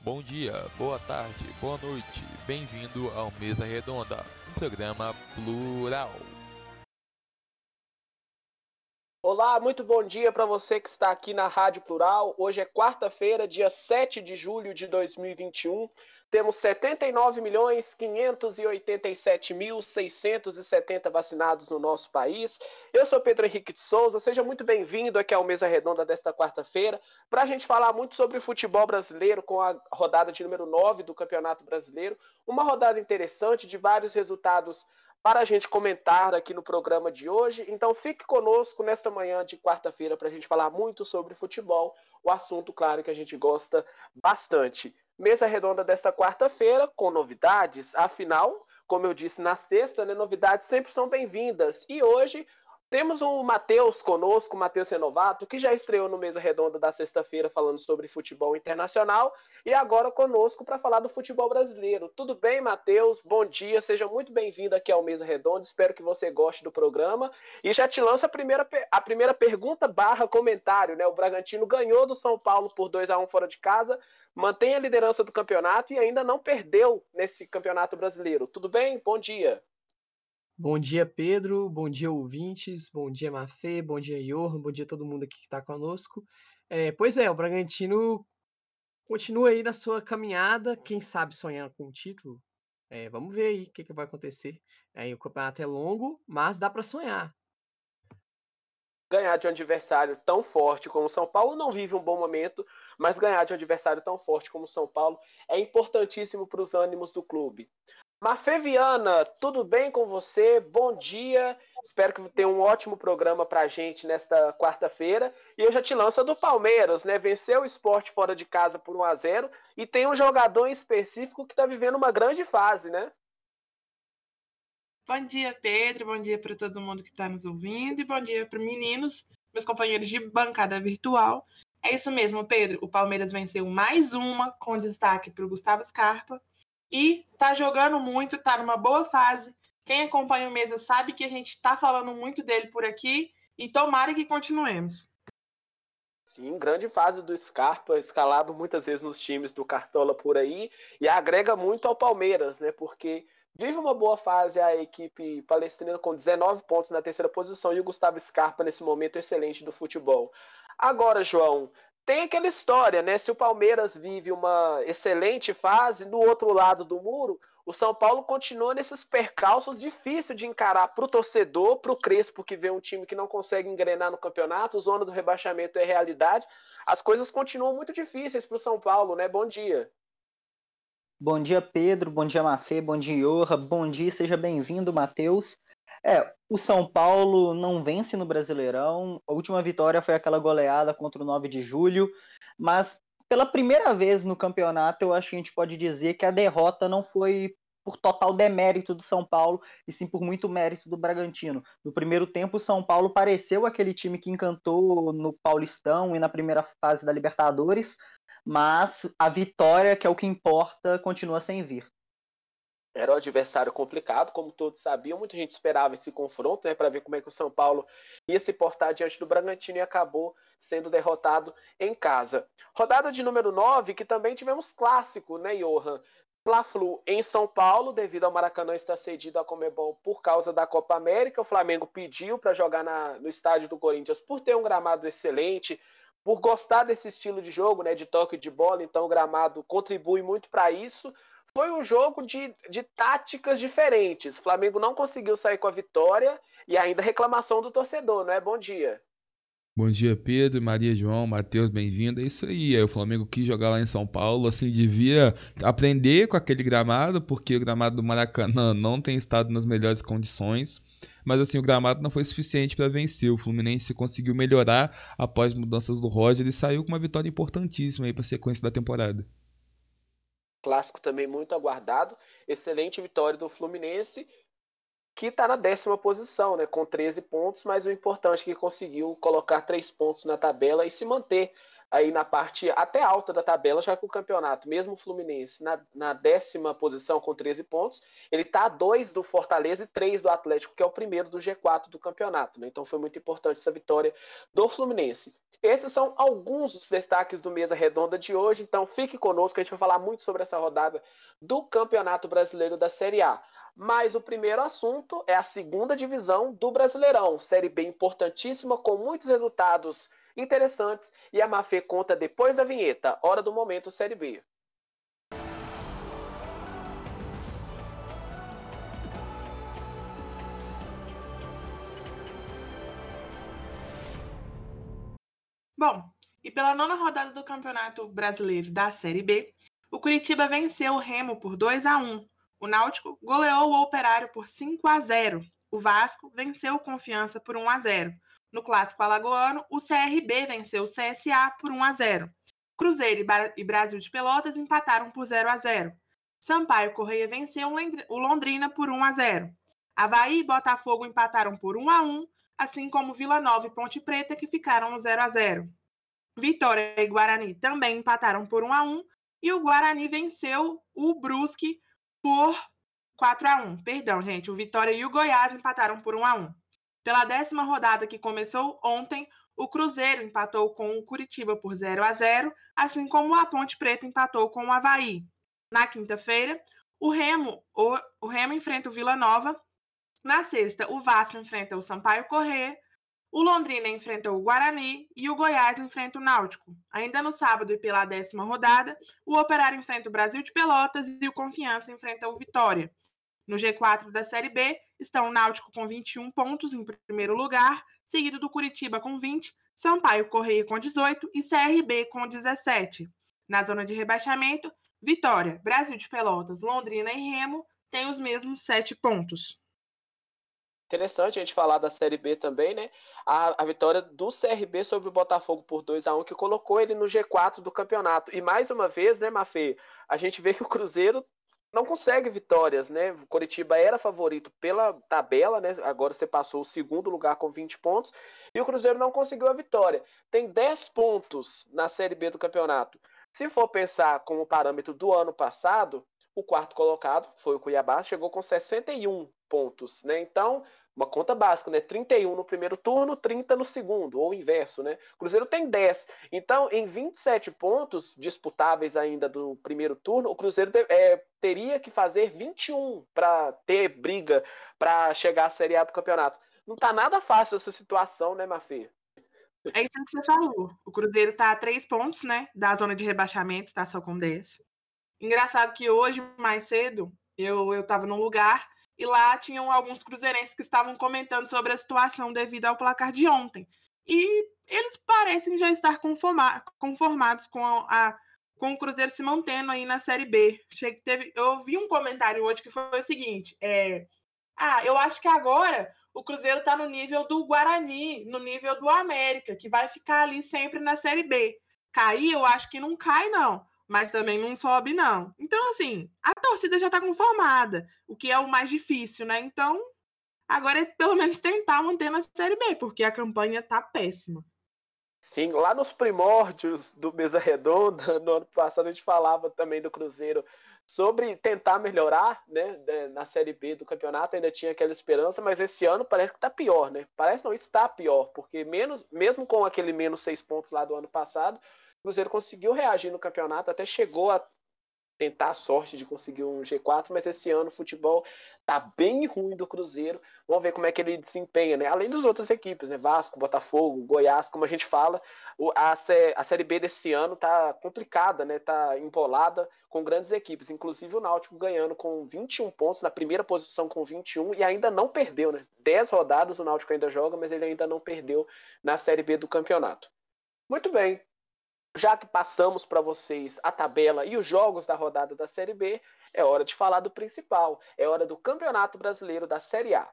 bom dia, boa tarde, boa noite. Bem-vindo ao Mesa Redonda, um programa plural. Olá, muito bom dia para você que está aqui na Rádio Plural. Hoje é quarta-feira, dia 7 de julho de 2021. Temos 79.587.670 vacinados no nosso país. Eu sou Pedro Henrique de Souza, seja muito bem-vindo aqui ao Mesa Redonda desta quarta-feira, para a gente falar muito sobre o futebol brasileiro com a rodada de número 9 do Campeonato Brasileiro. Uma rodada interessante, de vários resultados para a gente comentar aqui no programa de hoje. Então fique conosco nesta manhã de quarta-feira para a gente falar muito sobre futebol, o assunto, claro, que a gente gosta bastante. Mesa redonda desta quarta-feira com novidades, afinal, como eu disse na sexta, né, novidades sempre são bem-vindas. E hoje temos o Matheus conosco, o Matheus Renovato, que já estreou no Mesa Redonda da sexta-feira falando sobre futebol internacional e agora conosco para falar do futebol brasileiro. Tudo bem, Matheus? Bom dia, seja muito bem-vindo aqui ao Mesa Redonda, espero que você goste do programa. E já te lanço a primeira pergunta barra comentário, né? O Bragantino ganhou do São Paulo por 2-1 fora de casa, mantém a liderança do campeonato e ainda não perdeu nesse campeonato brasileiro. Tudo bem? Bom dia. Bom dia, Pedro. Bom dia, ouvintes. Bom dia, Mafê. Bom dia, Johan. Bom dia a todo mundo aqui que está conosco. Pois é, o Bragantino continua aí na sua caminhada. Quem sabe sonhar com o título? Vamos ver aí o que vai acontecer. O campeonato é longo, mas dá para sonhar. Ganhar de um adversário tão forte como o São Paulo não vive um bom momento, mas ganhar de um adversário tão forte como o São Paulo é importantíssimo para os ânimos do clube. Mafê Viana, tudo bem com você? Bom dia. Espero que tenha um ótimo programa pra gente nesta quarta-feira. E eu já te lanço a do Palmeiras, né? Venceu o Sport fora de casa por 1-0 e tem um jogador em específico que está vivendo uma grande fase, né? Bom dia, Pedro. Bom dia para todo mundo que está nos ouvindo. E bom dia para meninos, meus companheiros de bancada virtual. É isso mesmo, Pedro. O Palmeiras venceu mais uma, com destaque para o Gustavo Scarpa. E tá jogando muito, tá numa boa fase. Quem acompanha o Mesa sabe que a gente está falando muito dele por aqui. E tomara que continuemos. Sim, grande fase do Scarpa, escalado muitas vezes nos times do Cartola por aí, e agrega muito ao Palmeiras, né? Porque vive uma boa fase a equipe palestrina com 19 pontos na terceira posição e o Gustavo Scarpa nesse momento excelente do futebol. Agora, João, tem aquela história, né? Se o Palmeiras vive uma excelente fase, no outro lado do muro, o São Paulo continua nesses percalços difíceis de encarar para o torcedor, para o Crespo, que vê um time que não consegue engrenar no campeonato, zona do rebaixamento é realidade. As coisas continuam muito difíceis para o São Paulo, né? Bom dia. Bom dia, Pedro. Bom dia, Mafê. Bom dia, Johan. Bom dia, seja bem-vindo, Matheus. O São Paulo não vence no Brasileirão. A última vitória foi aquela goleada contra o 9 de julho. Mas pela primeira vez no campeonato, eu acho que a gente pode dizer que a derrota não foi por total demérito do São Paulo, e sim por muito mérito do Bragantino. No primeiro tempo, o São Paulo pareceu aquele time que encantou no Paulistão e na primeira fase da Libertadores, mas a vitória, que é o que importa, continua sem vir. Era um adversário complicado, como todos sabiam. Muita gente esperava esse confronto, né, para ver como é que o São Paulo ia se portar diante do Bragantino e acabou sendo derrotado em casa. Rodada de número 9, que também tivemos clássico, né, Johan? Fla-Flu em São Paulo, devido ao Maracanã estar cedido à Conmebol por causa da Copa América. O Flamengo pediu para jogar no estádio do Corinthians por ter um gramado excelente, por gostar desse estilo de jogo, né, de toque de bola, então o gramado contribui muito para isso. Foi um jogo de táticas diferentes. O Flamengo não conseguiu sair com a vitória e ainda reclamação do torcedor, não é? Bom dia. Bom dia, Pedro, Maria João, Matheus, bem-vindo. É isso aí, o Flamengo quis jogar lá em São Paulo, assim, devia aprender com aquele gramado, porque o gramado do Maracanã não tem estado nas melhores condições, mas assim, o gramado não foi suficiente para vencer. O Fluminense conseguiu melhorar após mudanças do Roger e saiu com uma vitória importantíssima aí para a sequência da temporada. Clássico também muito aguardado. Excelente vitória do Fluminense, que está na 10ª posição, né, com 13 pontos, mas o importante é que conseguiu colocar 3 pontos na tabela e se manter aí na parte até alta da tabela, já que o campeonato, mesmo o Fluminense, na 10ª posição com 13 pontos, ele está a 2 do Fortaleza e 3 do Atlético, que é o primeiro do G4 do campeonato, né? Então foi muito importante essa vitória do Fluminense. Esses são alguns dos destaques do Mesa Redonda de hoje, então fique conosco, a gente vai falar muito sobre essa rodada do Campeonato Brasileiro da Série A. Mas o primeiro assunto é a segunda divisão do Brasileirão, Série B importantíssima, com muitos resultados interessantes, e a Mafê conta depois da vinheta. Hora do momento Série B. Bom, e pela 9ª rodada do Campeonato Brasileiro da Série B, o Curitiba venceu o Remo por 2-1. O Náutico goleou o Operário por 5-0. O Vasco venceu o Confiança por 1-0. No Clássico Alagoano, o CRB venceu o CSA por 1-0. Cruzeiro e Brasil de Pelotas empataram por 0-0. Sampaio Corrêa venceu o Londrina por 1-0. Avaí e Botafogo empataram por 1-1, assim como Vila Nova e Ponte Preta, que ficaram no 0-0. Vitória e Guarani também empataram por 1-1, e o Guarani venceu o Brusque por 4-1. Perdão, gente, o Vitória e o Goiás empataram por 1-1. Pela 10ª rodada, que começou ontem, o Cruzeiro empatou com o Curitiba por 0-0, assim como a Ponte Preta empatou com o Avaí. Na quinta-feira, o Remo enfrenta o Vila Nova. Na sexta, o Vasco enfrenta o Sampaio Corrêa, o Londrina enfrenta o Guarani e o Goiás enfrenta o Náutico. Ainda no sábado e pela 10ª rodada, o Operário enfrenta o Brasil de Pelotas e o Confiança enfrenta o Vitória. No G4 da Série B estão o Náutico com 21 pontos em primeiro lugar, seguido do Curitiba com 20, Sampaio Corrêa com 18 e CRB com 17. Na zona de rebaixamento, Vitória, Brasil de Pelotas, Londrina e Remo têm os mesmos 7 pontos. Interessante a gente falar da Série B também, né? A vitória do CRB sobre o Botafogo por 2-1, que colocou ele no G4 do campeonato. E mais uma vez, né, Mafê, a gente vê que o Cruzeiro não consegue vitórias, né? O Coritiba era favorito pela tabela, né? Agora você passou o segundo lugar com 20 pontos, e o Cruzeiro não conseguiu a vitória. Tem 10 pontos na Série B do campeonato. Se for pensar como parâmetro do ano passado, o quarto colocado foi o Cuiabá, chegou com 61 pontos, né? Então, uma conta básica, né? 31 no primeiro turno, 30 no segundo, ou o inverso, né? O Cruzeiro tem 10. Então, em 27 pontos disputáveis ainda do primeiro turno, o Cruzeiro teria que fazer 21 para ter briga para chegar à Série A do campeonato. Não tá nada fácil essa situação, né, Mafê? É isso que você falou. O Cruzeiro tá a 3 pontos, né? Da zona de rebaixamento, tá só com 10. Engraçado que hoje, mais cedo, eu tava num lugar e lá tinham alguns cruzeirenses que estavam comentando sobre a situação devido ao placar de ontem. E eles parecem já estar conformados com o Cruzeiro se mantendo aí na Série B. Eu vi um comentário hoje que foi o seguinte: eu acho que agora o Cruzeiro tá no nível do Guarani, no nível do América, que vai ficar ali sempre na Série B. Cair, eu acho que não cai, não. Mas também não sobe, não. Então, assim, a torcida já tá conformada, o que é o mais difícil, né? Então, agora é pelo menos tentar manter na Série B, porque a campanha tá péssima. Sim, lá nos primórdios do Mesa Redonda, no ano passado a gente falava também do Cruzeiro sobre tentar melhorar, né, na Série B do campeonato, ainda tinha aquela esperança, mas esse ano parece que tá pior, né? Parece não, está pior, porque mesmo com aquele menos 6 pontos lá do ano passado, o Cruzeiro conseguiu reagir no campeonato, até chegou a tentar a sorte de conseguir um G4, mas esse ano o futebol tá bem ruim do Cruzeiro. Vamos ver como é que ele desempenha, né? Além das outras equipes, né? Vasco, Botafogo, Goiás, como a gente fala, a Série B desse ano tá complicada, né? Tá embolada com grandes equipes, inclusive o Náutico ganhando com 21 pontos, na primeira posição com 21, e ainda não perdeu, né? 10 rodadas o Náutico ainda joga, mas ele ainda não perdeu na Série B do campeonato. Muito bem. Já que passamos para vocês a tabela e os jogos da rodada da Série B, é hora de falar do principal. É hora do Campeonato Brasileiro da Série A.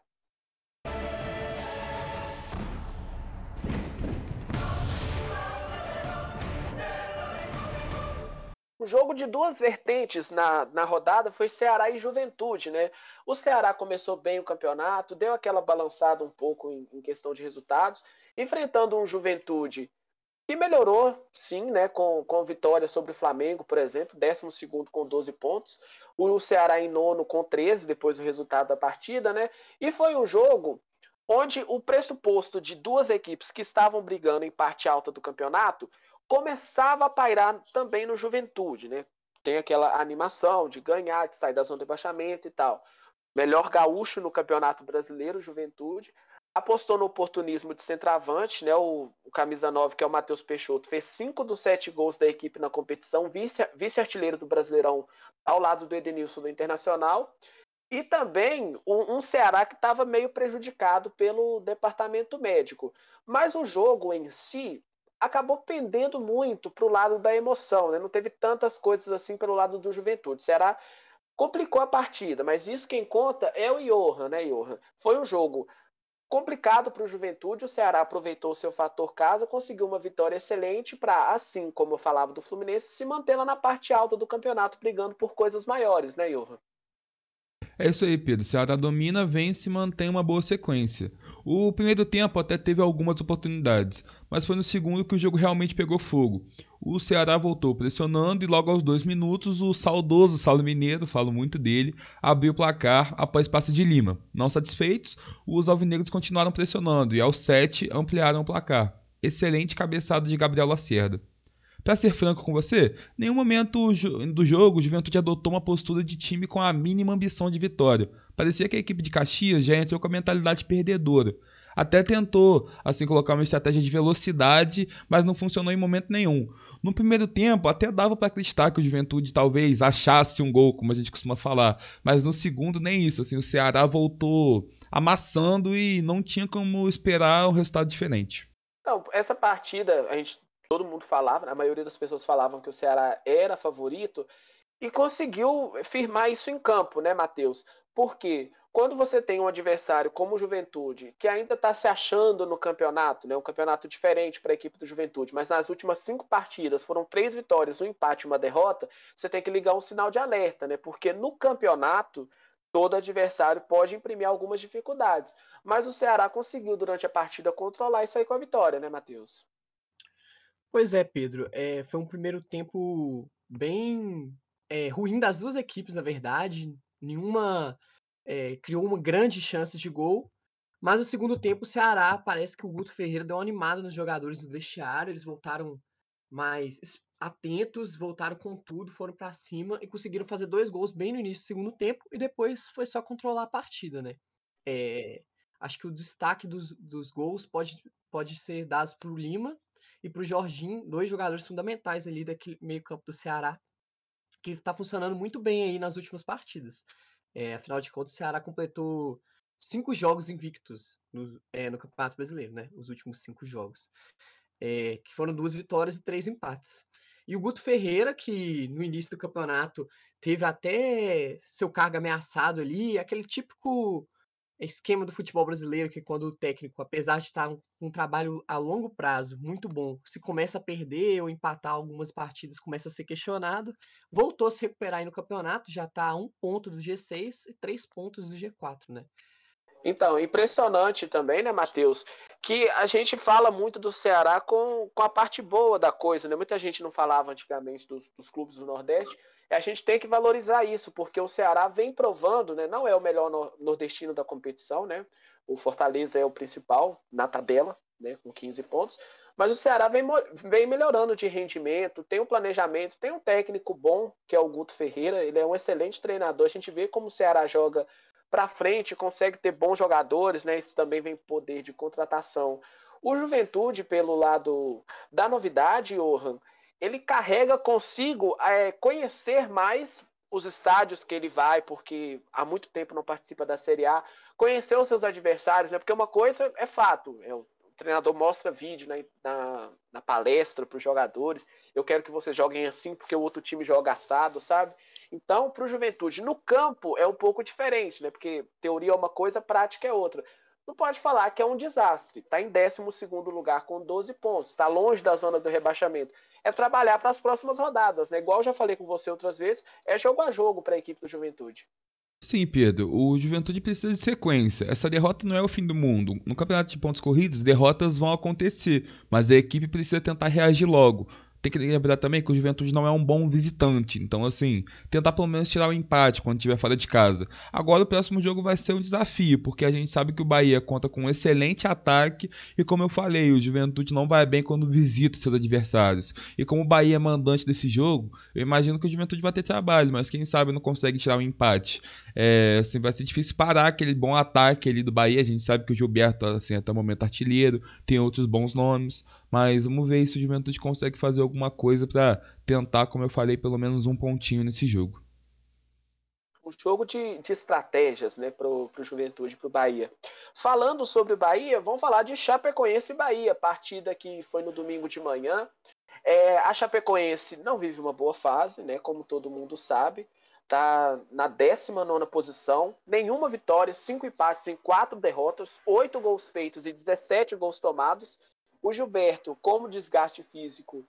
O jogo de duas vertentes na rodada foi Ceará e Juventude, né? O Ceará começou bem o campeonato, deu aquela balançada um pouco em questão de resultados, enfrentando um Juventude que melhorou, sim, né, com vitória sobre o Flamengo, por exemplo, 12º com 12 pontos, o Ceará em nono com 13, depois do resultado da partida, né, e foi um jogo onde o pressuposto de duas equipes que estavam brigando em parte alta do campeonato começava a pairar também no Juventude, né, tem aquela animação de ganhar, de sair da zona de rebaixamento e tal. Melhor gaúcho no Campeonato Brasileiro, Juventude. Apostou no oportunismo de centroavante, né? O camisa 9, que é o Matheus Peixoto, fez 5 dos 7 gols da equipe na competição, vice-artilheiro do Brasileirão ao lado do Edenilson do Internacional. E também um Ceará que estava meio prejudicado pelo departamento médico. Mas o jogo em si acabou pendendo muito para o lado da emoção, né? Não teve tantas coisas assim pelo lado do Juventude. O Ceará complicou a partida, mas isso quem conta é o Johan, né, Johan? Foi um jogo complicado para o Juventude, o Ceará aproveitou o seu fator casa, conseguiu uma vitória excelente para, assim como eu falava do Fluminense, se manter lá na parte alta do campeonato, brigando por coisas maiores, né, Johan? É isso aí, Pedro. O Ceará domina, vence e mantém uma boa sequência. O primeiro tempo até teve algumas oportunidades, mas foi no segundo que o jogo realmente pegou fogo. O Ceará voltou pressionando e logo aos 2 minutos o saudoso Saulo Mineiro, falo muito dele, abriu o placar após passe de Lima. Não satisfeitos, os alvinegros continuaram pressionando e aos 7 ampliaram o placar. Excelente cabeçada de Gabriel Lacerda. Pra ser franco com você, em nenhum momento do jogo o Juventude adotou uma postura de time com a mínima ambição de vitória. Parecia que a equipe de Caxias já entrou com a mentalidade perdedora. Até tentou, assim, colocar uma estratégia de velocidade, mas não funcionou em momento nenhum. No primeiro tempo, até dava para acreditar que o Juventude talvez achasse um gol, como a gente costuma falar, mas no segundo nem isso, assim, o Ceará voltou amassando e não tinha como esperar um resultado diferente. Então, essa partida, todo mundo falava, a maioria das pessoas falavam que o Ceará era favorito, e conseguiu firmar isso em campo, né, Matheus? Porque quando você tem um adversário como o Juventude, que ainda está se achando no campeonato, né, um campeonato diferente para a equipe do Juventude, mas nas últimas 5 partidas foram 3 vitórias, um empate e uma derrota, você tem que ligar um sinal de alerta, né? Porque no campeonato todo adversário pode imprimir algumas dificuldades. Mas o Ceará conseguiu durante a partida controlar e sair com a vitória, né, Matheus? Pois é, Pedro. Foi um primeiro tempo bem ruim das duas equipes, na verdade. Nenhuma criou uma grande chance de gol. Mas no segundo tempo, o Ceará parece que o Guto Ferreira deu uma animada nos jogadores do vestiário. Eles voltaram mais atentos, voltaram com tudo, foram para cima e conseguiram fazer 2 gols bem no início do segundo tempo. E depois foi só controlar a partida, né? Eh, Acho que o destaque dos gols pode ser dados para o Lima e para o Jorginho, 2 jogadores fundamentais ali daquele meio-campo do Ceará, que está funcionando muito bem aí nas últimas partidas. Afinal de contas, o Ceará completou 5 jogos invictos no Campeonato Brasileiro, né? Os últimos 5 jogos. Que foram 2 vitórias e 3 empates. E o Guto Ferreira, que no início do campeonato teve até seu cargo ameaçado ali, aquele típico esquema do futebol brasileiro, que quando o técnico, apesar de estar um trabalho a longo prazo muito bom, se começa a perder ou empatar algumas partidas, começa a ser questionado, voltou a se recuperar aí no campeonato, já está a 1 ponto do G6 e 3 pontos do G4, né? Então, impressionante também, né, Matheus, que a gente fala muito do Ceará com a parte boa da coisa, né? Muita gente não falava antigamente dos clubes do Nordeste, e a gente tem que valorizar isso, porque o Ceará vem provando, né? Não é o melhor nordestino da competição, né? O Fortaleza é o principal na tabela, né? Com 15 pontos, mas o Ceará vem melhorando de rendimento, tem um planejamento, tem um técnico bom, que é o Guto Ferreira, ele é um excelente treinador, a gente vê como o Ceará joga para frente, consegue ter bons jogadores, né? Isso também vem poder de contratação. O Juventude, pelo lado da novidade, Johan, ele carrega consigo conhecer mais os estádios que ele vai, porque há muito tempo não participa da Série A, conhecer os seus adversários, né? Porque uma coisa é fato, o treinador mostra vídeo na palestra para os jogadores, eu quero que vocês joguem assim porque o outro time joga assado, sabe? Então, para o Juventude, no campo é um pouco diferente, né? Porque teoria é uma coisa, prática é outra. Não pode falar que é um desastre. Está em 12º lugar com 12 pontos. Está longe da zona do rebaixamento. É trabalhar para as próximas rodadas, né? Igual eu já falei com você outras vezes, é jogo a jogo para a equipe do Juventude. Sim, Pedro, o Juventude precisa de sequência. Essa derrota não é o fim do mundo. No campeonato de pontos corridos, derrotas vão acontecer, mas a equipe precisa tentar reagir logo. Tem que lembrar também que o Juventude não é um bom visitante, então assim, tentar pelo menos tirar o empate quando estiver fora de casa. Agora o próximo jogo vai ser um desafio, porque a gente sabe que o Bahia conta com um excelente ataque e como eu falei, o Juventude não vai bem quando visita seus adversários. E como o Bahia é mandante desse jogo, eu imagino que o Juventude vai ter trabalho, mas quem sabe não consegue tirar o empate. Assim, vai ser difícil parar aquele bom ataque ali do Bahia. A gente sabe que o Gilberto, assim, até o momento artilheiro, tem outros bons nomes, mas vamos ver se o Juventude consegue fazer alguma coisa para tentar, como eu falei, pelo menos um pontinho nesse jogo. Um jogo de estratégias, né, pro Juventude, pro Bahia. Falando sobre o Bahia, vamos falar de Chapecoense e Bahia, partida que foi no domingo de manhã. A Chapecoense não vive uma boa fase, né, como todo mundo sabe. Está na 19ª posição, nenhuma vitória, 5 empates em 4 derrotas, 8 gols feitos e 17 gols tomados. O Gilberto, com desgaste físico,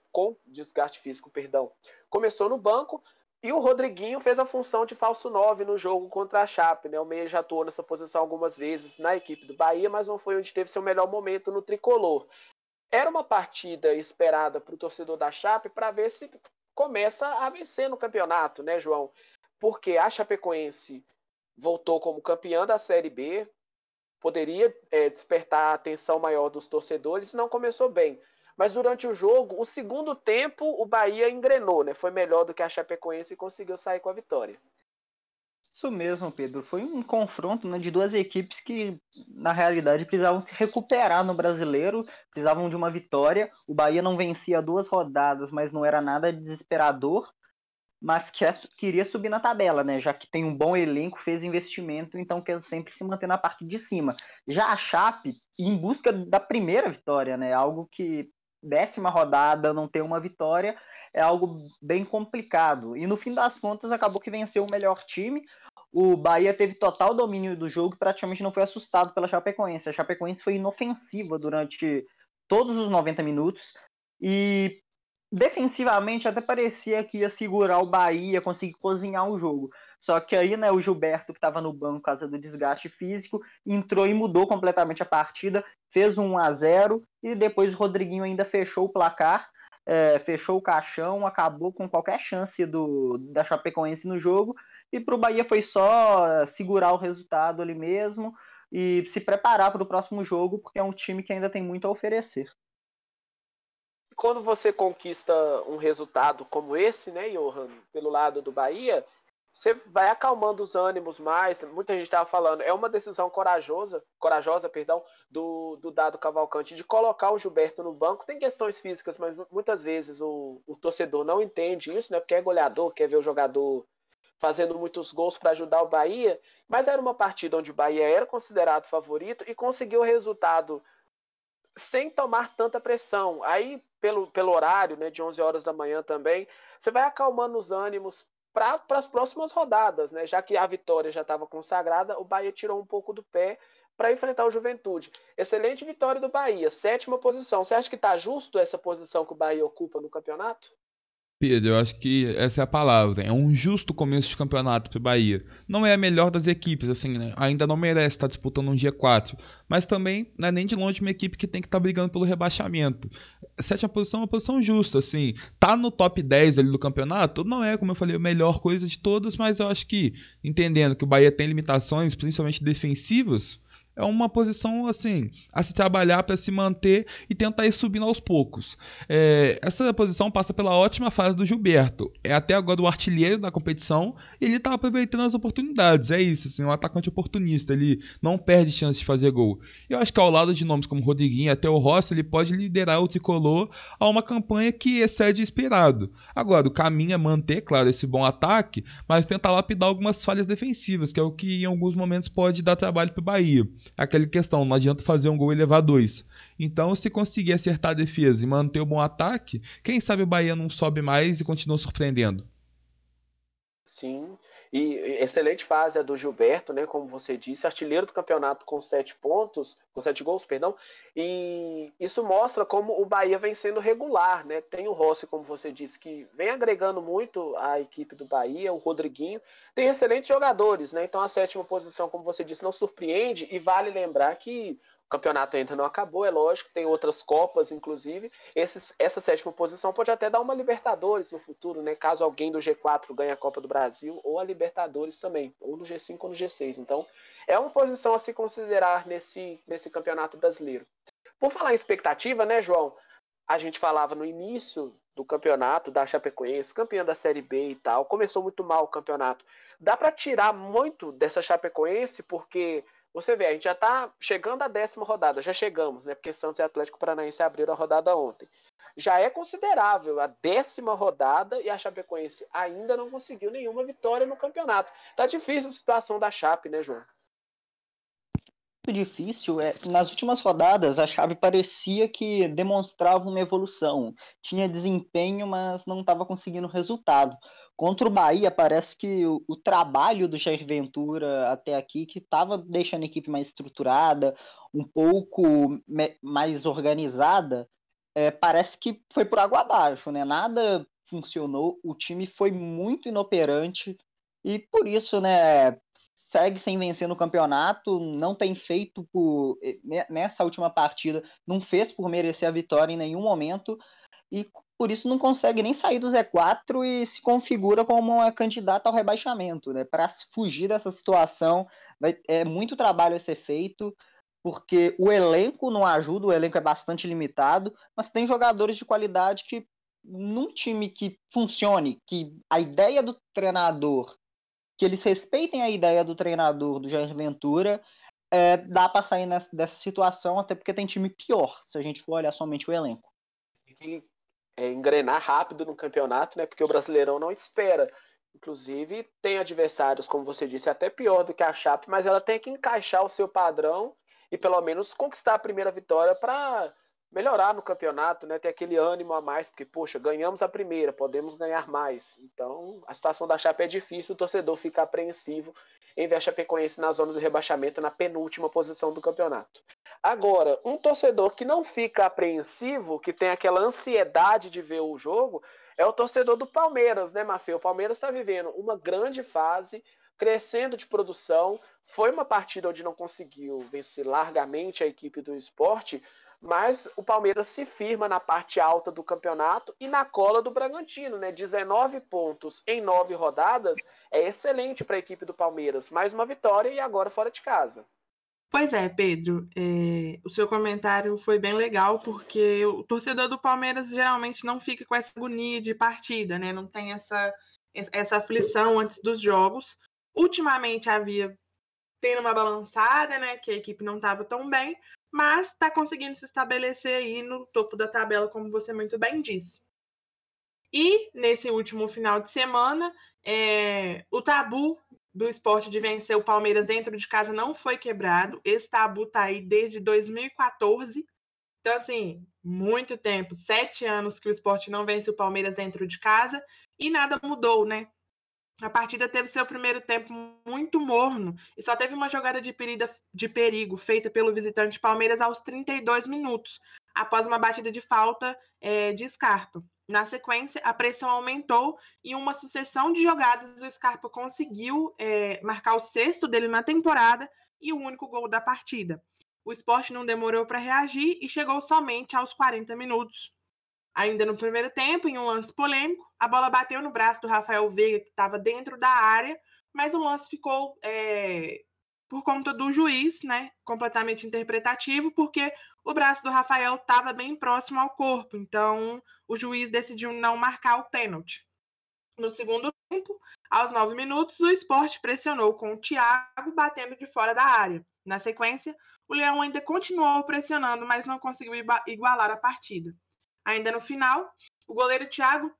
começou no banco e o Rodriguinho fez a função de falso 9 no jogo contra a Chape. Né? O Meia já atuou nessa posição algumas vezes na equipe do Bahia, mas não foi onde teve seu melhor momento no tricolor. Era uma partida esperada para o torcedor da Chape para ver se começa a vencer no campeonato, né, João? Porque a Chapecoense voltou como campeã da Série B, poderia despertar a atenção maior dos torcedores e não começou bem. Mas durante o jogo, o segundo tempo, o Bahia engrenou, né? Foi melhor do que a Chapecoense e conseguiu sair com a vitória. Isso mesmo, Pedro. Foi um confronto, né, de duas equipes que, na realidade, precisavam se recuperar no Brasileiro, precisavam de uma vitória. O Bahia não vencia 2 rodadas, mas não era nada desesperador, mas queria subir na tabela, né? Já que tem um bom elenco, fez investimento, então quer sempre se manter na parte de cima. Já a Chape, em busca da primeira vitória, né? Algo que 10ª rodada não ter uma vitória é algo bem complicado. E no fim das contas acabou que venceu o melhor time. O Bahia teve total domínio do jogo e praticamente não foi assustado pela Chapecoense. A Chapecoense foi inofensiva durante todos os 90 minutos e defensivamente até parecia que ia segurar o Bahia, conseguir cozinhar o jogo. Só que aí, né, o Gilberto, que estava no banco por causa do desgaste físico, entrou e mudou completamente a partida, fez um 1-0 e depois o Rodriguinho ainda fechou o placar, fechou o caixão, acabou com qualquer chance da Chapecoense no jogo, e para o Bahia foi só segurar o resultado ali mesmo e se preparar para o próximo jogo, porque é um time que ainda tem muito a oferecer. Quando você conquista um resultado como esse, né, Johan, pelo lado do Bahia, você vai acalmando os ânimos mais. Muita gente estava falando, é uma decisão corajosa, do Dado Cavalcante de colocar o Gilberto no banco. Tem questões físicas, mas muitas vezes o torcedor não entende isso, né, porque é goleador, quer ver o jogador fazendo muitos gols para ajudar o Bahia. Mas era uma partida onde o Bahia era considerado favorito e conseguiu o resultado sem tomar tanta pressão. Aí, pelo horário, né, de 11 horas da manhã também, você vai acalmando os ânimos para as próximas rodadas, né? Já que a vitória já estava consagrada, o Bahia tirou um pouco do pé para enfrentar o Juventude. Excelente vitória do Bahia, 7ª posição. Você acha que está justo essa posição que o Bahia ocupa no campeonato? Pedro, eu acho que essa é a palavra. É um justo começo de campeonato para o Bahia. Não é a melhor das equipes, assim, né? Ainda não merece estar disputando um G4. Mas também não é nem de longe uma equipe que tem que estar brigando pelo rebaixamento. A 7ª posição é uma posição justa, assim. Tá no top 10 ali do campeonato, não é, como eu falei, a melhor coisa de todas, mas eu acho que, entendendo que o Bahia tem limitações, principalmente defensivas, é uma posição, assim, a se trabalhar para se manter e tentar ir subindo aos poucos. Essa posição passa pela ótima fase do Gilberto. É até agora o artilheiro da competição e ele está aproveitando as oportunidades. É isso, assim, um atacante oportunista. Ele não perde chance de fazer gol. Eu acho que ao lado de nomes como Rodriguinho e até o Rossi, ele pode liderar o tricolor a uma campanha que excede o esperado. Agora, o caminho é manter, claro, esse bom ataque, mas tentar lapidar algumas falhas defensivas, que é o que em alguns momentos pode dar trabalho para o Bahia. Aquela questão, não adianta fazer um gol e levar 2. Então, se conseguir acertar a defesa e manter o bom ataque, quem sabe o Bahia não sobe mais e continua surpreendendo. Sim, e excelente fase a do Gilberto, né? Como você disse, artilheiro do campeonato com 7 pontos, com 7 gols, perdão. E isso mostra como o Bahia vem sendo regular, né? Tem o Rossi, como você disse, que vem agregando muito à equipe do Bahia, o Rodriguinho. Tem excelentes jogadores, né? Então a sétima posição, como você disse, não surpreende. E vale lembrar que o campeonato ainda não acabou, é lógico, tem outras Copas, inclusive. Essa sétima posição pode até dar uma Libertadores no futuro, né? Caso alguém do G4 ganhe a Copa do Brasil, ou a Libertadores também, ou no G5 ou no G6. Então, é uma posição a se considerar nesse campeonato brasileiro. Por falar em expectativa, né, João? A gente falava no início do campeonato da Chapecoense, campeã da Série B e tal, começou muito mal o campeonato. Dá para tirar muito dessa Chapecoense, porque você vê, a gente já está chegando à 10ª rodada, já chegamos, né? Porque Santos e Atlético Paranaense abriram a rodada ontem. Já é considerável a 10ª rodada e a Chapecoense ainda não conseguiu nenhuma vitória no campeonato. Tá difícil a situação da Chape, né, João? Difícil nas últimas rodadas a Chape parecia que demonstrava uma evolução, tinha desempenho, mas não estava conseguindo resultado. Contra o Bahia parece que o trabalho do Jair Ventura até aqui, que estava deixando a equipe mais estruturada, um pouco mais organizada, parece que foi por água abaixo, né? Nada funcionou, o time foi muito inoperante e por isso, né, segue sem vencer no campeonato, não tem feito nessa última partida, não fez por merecer a vitória em nenhum momento e por isso não consegue nem sair do Z4 e se configura como uma candidata ao rebaixamento, né? Para fugir dessa situação, é muito trabalho a ser feito, porque o elenco não ajuda, o elenco é bastante limitado, mas tem jogadores de qualidade que num time que funcione, que a ideia do treinador, que eles respeitem a ideia do treinador, do Jair Ventura, dá para sair dessa situação, até porque tem time pior, se a gente for olhar somente o elenco. Tem que engrenar rápido no campeonato, né? Porque o Brasileirão não espera. Inclusive, tem adversários, como você disse, até pior do que a Chape, mas ela tem que encaixar o seu padrão e pelo menos conquistar a primeira vitória para melhorar no campeonato, né? Ter aquele ânimo a mais, porque, poxa, ganhamos a primeira, podemos ganhar mais. Então, a situação da Chape é difícil, o torcedor fica apreensivo em ver a Chapecoense na zona do rebaixamento, na penúltima posição do campeonato. Agora, um torcedor que não fica apreensivo, que tem aquela ansiedade de ver o jogo, é o torcedor do Palmeiras, né, Mafê? O Palmeiras está vivendo uma grande fase, crescendo de produção. Foi uma partida onde não conseguiu vencer largamente a equipe do Sport, mas o Palmeiras se firma na parte alta do campeonato e na cola do Bragantino, né? 19 pontos em 9 rodadas é excelente para a equipe do Palmeiras. Mais uma vitória e agora fora de casa. Pois é, Pedro, o seu comentário foi bem legal, porque o torcedor do Palmeiras geralmente não fica com essa agonia de partida, né? Não tem essa aflição antes dos jogos. Ultimamente havia tendo uma balançada, né? Que a equipe não estava tão bem, mas está conseguindo se estabelecer aí no topo da tabela, como você muito bem disse. E nesse último final de semana, o tabu do Sport de vencer o Palmeiras dentro de casa não foi quebrado. Esse tabu tá aí desde 2014. Então, assim, muito tempo, 7 anos que o Sport não vence o Palmeiras dentro de casa e nada mudou, né? A partida teve seu primeiro tempo muito morno e só teve uma jogada de perigo feita pelo visitante Palmeiras aos 32 minutos, após uma batida de falta de Scarpa. Na sequência, a pressão aumentou e uma sucessão de jogadas o Scarpa conseguiu marcar o 6º dele na temporada e o único gol da partida. O Sport não demorou para reagir e chegou somente aos 40 minutos. Ainda no primeiro tempo, em um lance polêmico, a bola bateu no braço do Rafael Veiga, que estava dentro da área, mas o lance ficou por conta do juiz, né, completamente interpretativo, porque o braço do Rafael estava bem próximo ao corpo, então o juiz decidiu não marcar o pênalti. No segundo tempo, aos 9 minutos, o Sport pressionou com o Thiago batendo de fora da área. Na sequência, o Leão ainda continuou pressionando, mas não conseguiu igualar a partida. Ainda no final, o goleiro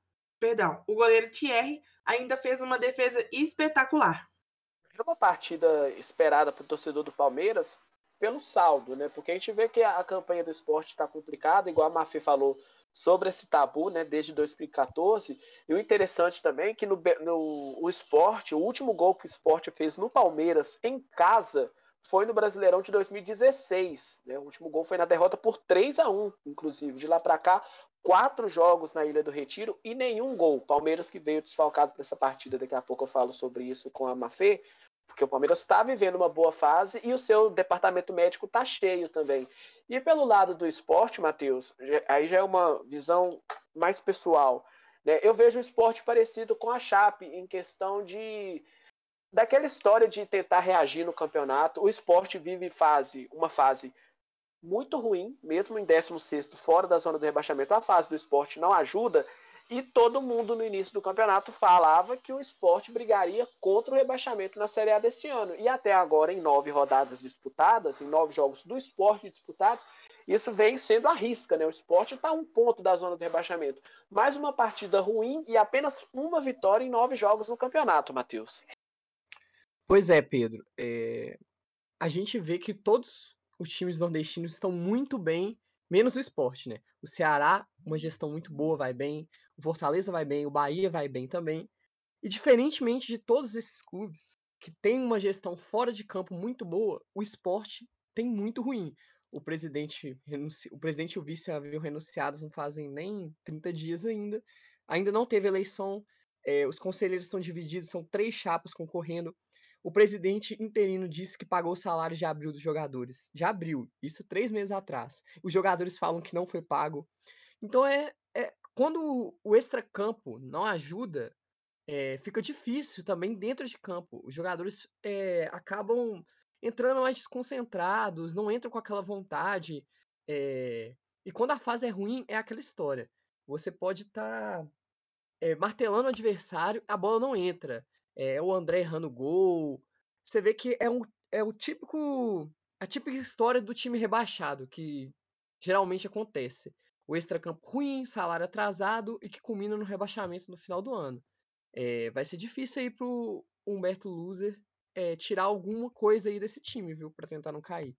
Thierry ainda fez uma defesa espetacular. Era uma partida esperada para o torcedor do Palmeiras pelo saldo, né? Porque a gente vê que a campanha do Sport está complicada, igual a Mafê falou, sobre esse tabu, né, desde 2014. E o interessante também é que o Sport, o último gol que o Sport fez no Palmeiras em casa foi no Brasileirão de 2016. Né? O último gol foi na derrota por 3-1, inclusive. De lá para cá, 4 jogos na Ilha do Retiro e nenhum gol. Palmeiras que veio desfalcado para essa partida, daqui a pouco eu falo sobre isso com a Mafê, porque o Palmeiras está vivendo uma boa fase e o seu departamento médico está cheio também. E pelo lado do Sport, Matheus, aí já é uma visão mais pessoal. Né? Eu vejo o Sport parecido com a Chape em questão daquela história de tentar reagir no campeonato. O Sport vive uma fase muito ruim, mesmo em 16º, fora da zona do rebaixamento. A fase do Sport não ajuda. E todo mundo no início do campeonato falava que o Sport brigaria contra o rebaixamento na Série A desse ano. E até agora, em 9 rodadas disputadas, em 9 jogos do Sport disputados, isso vem sendo a risca, né? O Sport está a 1 ponto da zona do rebaixamento. Mais uma partida ruim e apenas uma vitória em 9 jogos no campeonato, Matheus. Pois é, Pedro. A gente vê que todos os times nordestinos estão muito bem, menos o Sport, né? O Ceará, uma gestão muito boa, vai bem. O Fortaleza vai bem, o Bahia vai bem também. E diferentemente de todos esses clubes que têm uma gestão fora de campo muito boa, o Sport tem muito ruim. O presidente e o vice haviam renunciado não fazem nem 30 dias ainda. Ainda não teve eleição. Os conselheiros estão divididos, são 3 chapas concorrendo. O presidente interino disse que pagou o salário de abril dos jogadores. De abril, isso 3 meses atrás. Os jogadores falam que não foi pago. Então quando o extracampo não ajuda, fica difícil também dentro de campo. Os jogadores acabam entrando mais desconcentrados, não entram com aquela vontade. E quando a fase é ruim, é aquela história. Você pode estar martelando o adversário, a bola não entra. É o André errando gol. Você vê que a típica história do time rebaixado, que geralmente acontece. O extracampo ruim, salário atrasado e que culmina no rebaixamento no final do ano. Vai ser difícil aí pro Humberto Loser tirar alguma coisa aí desse time, viu? Pra tentar não cair.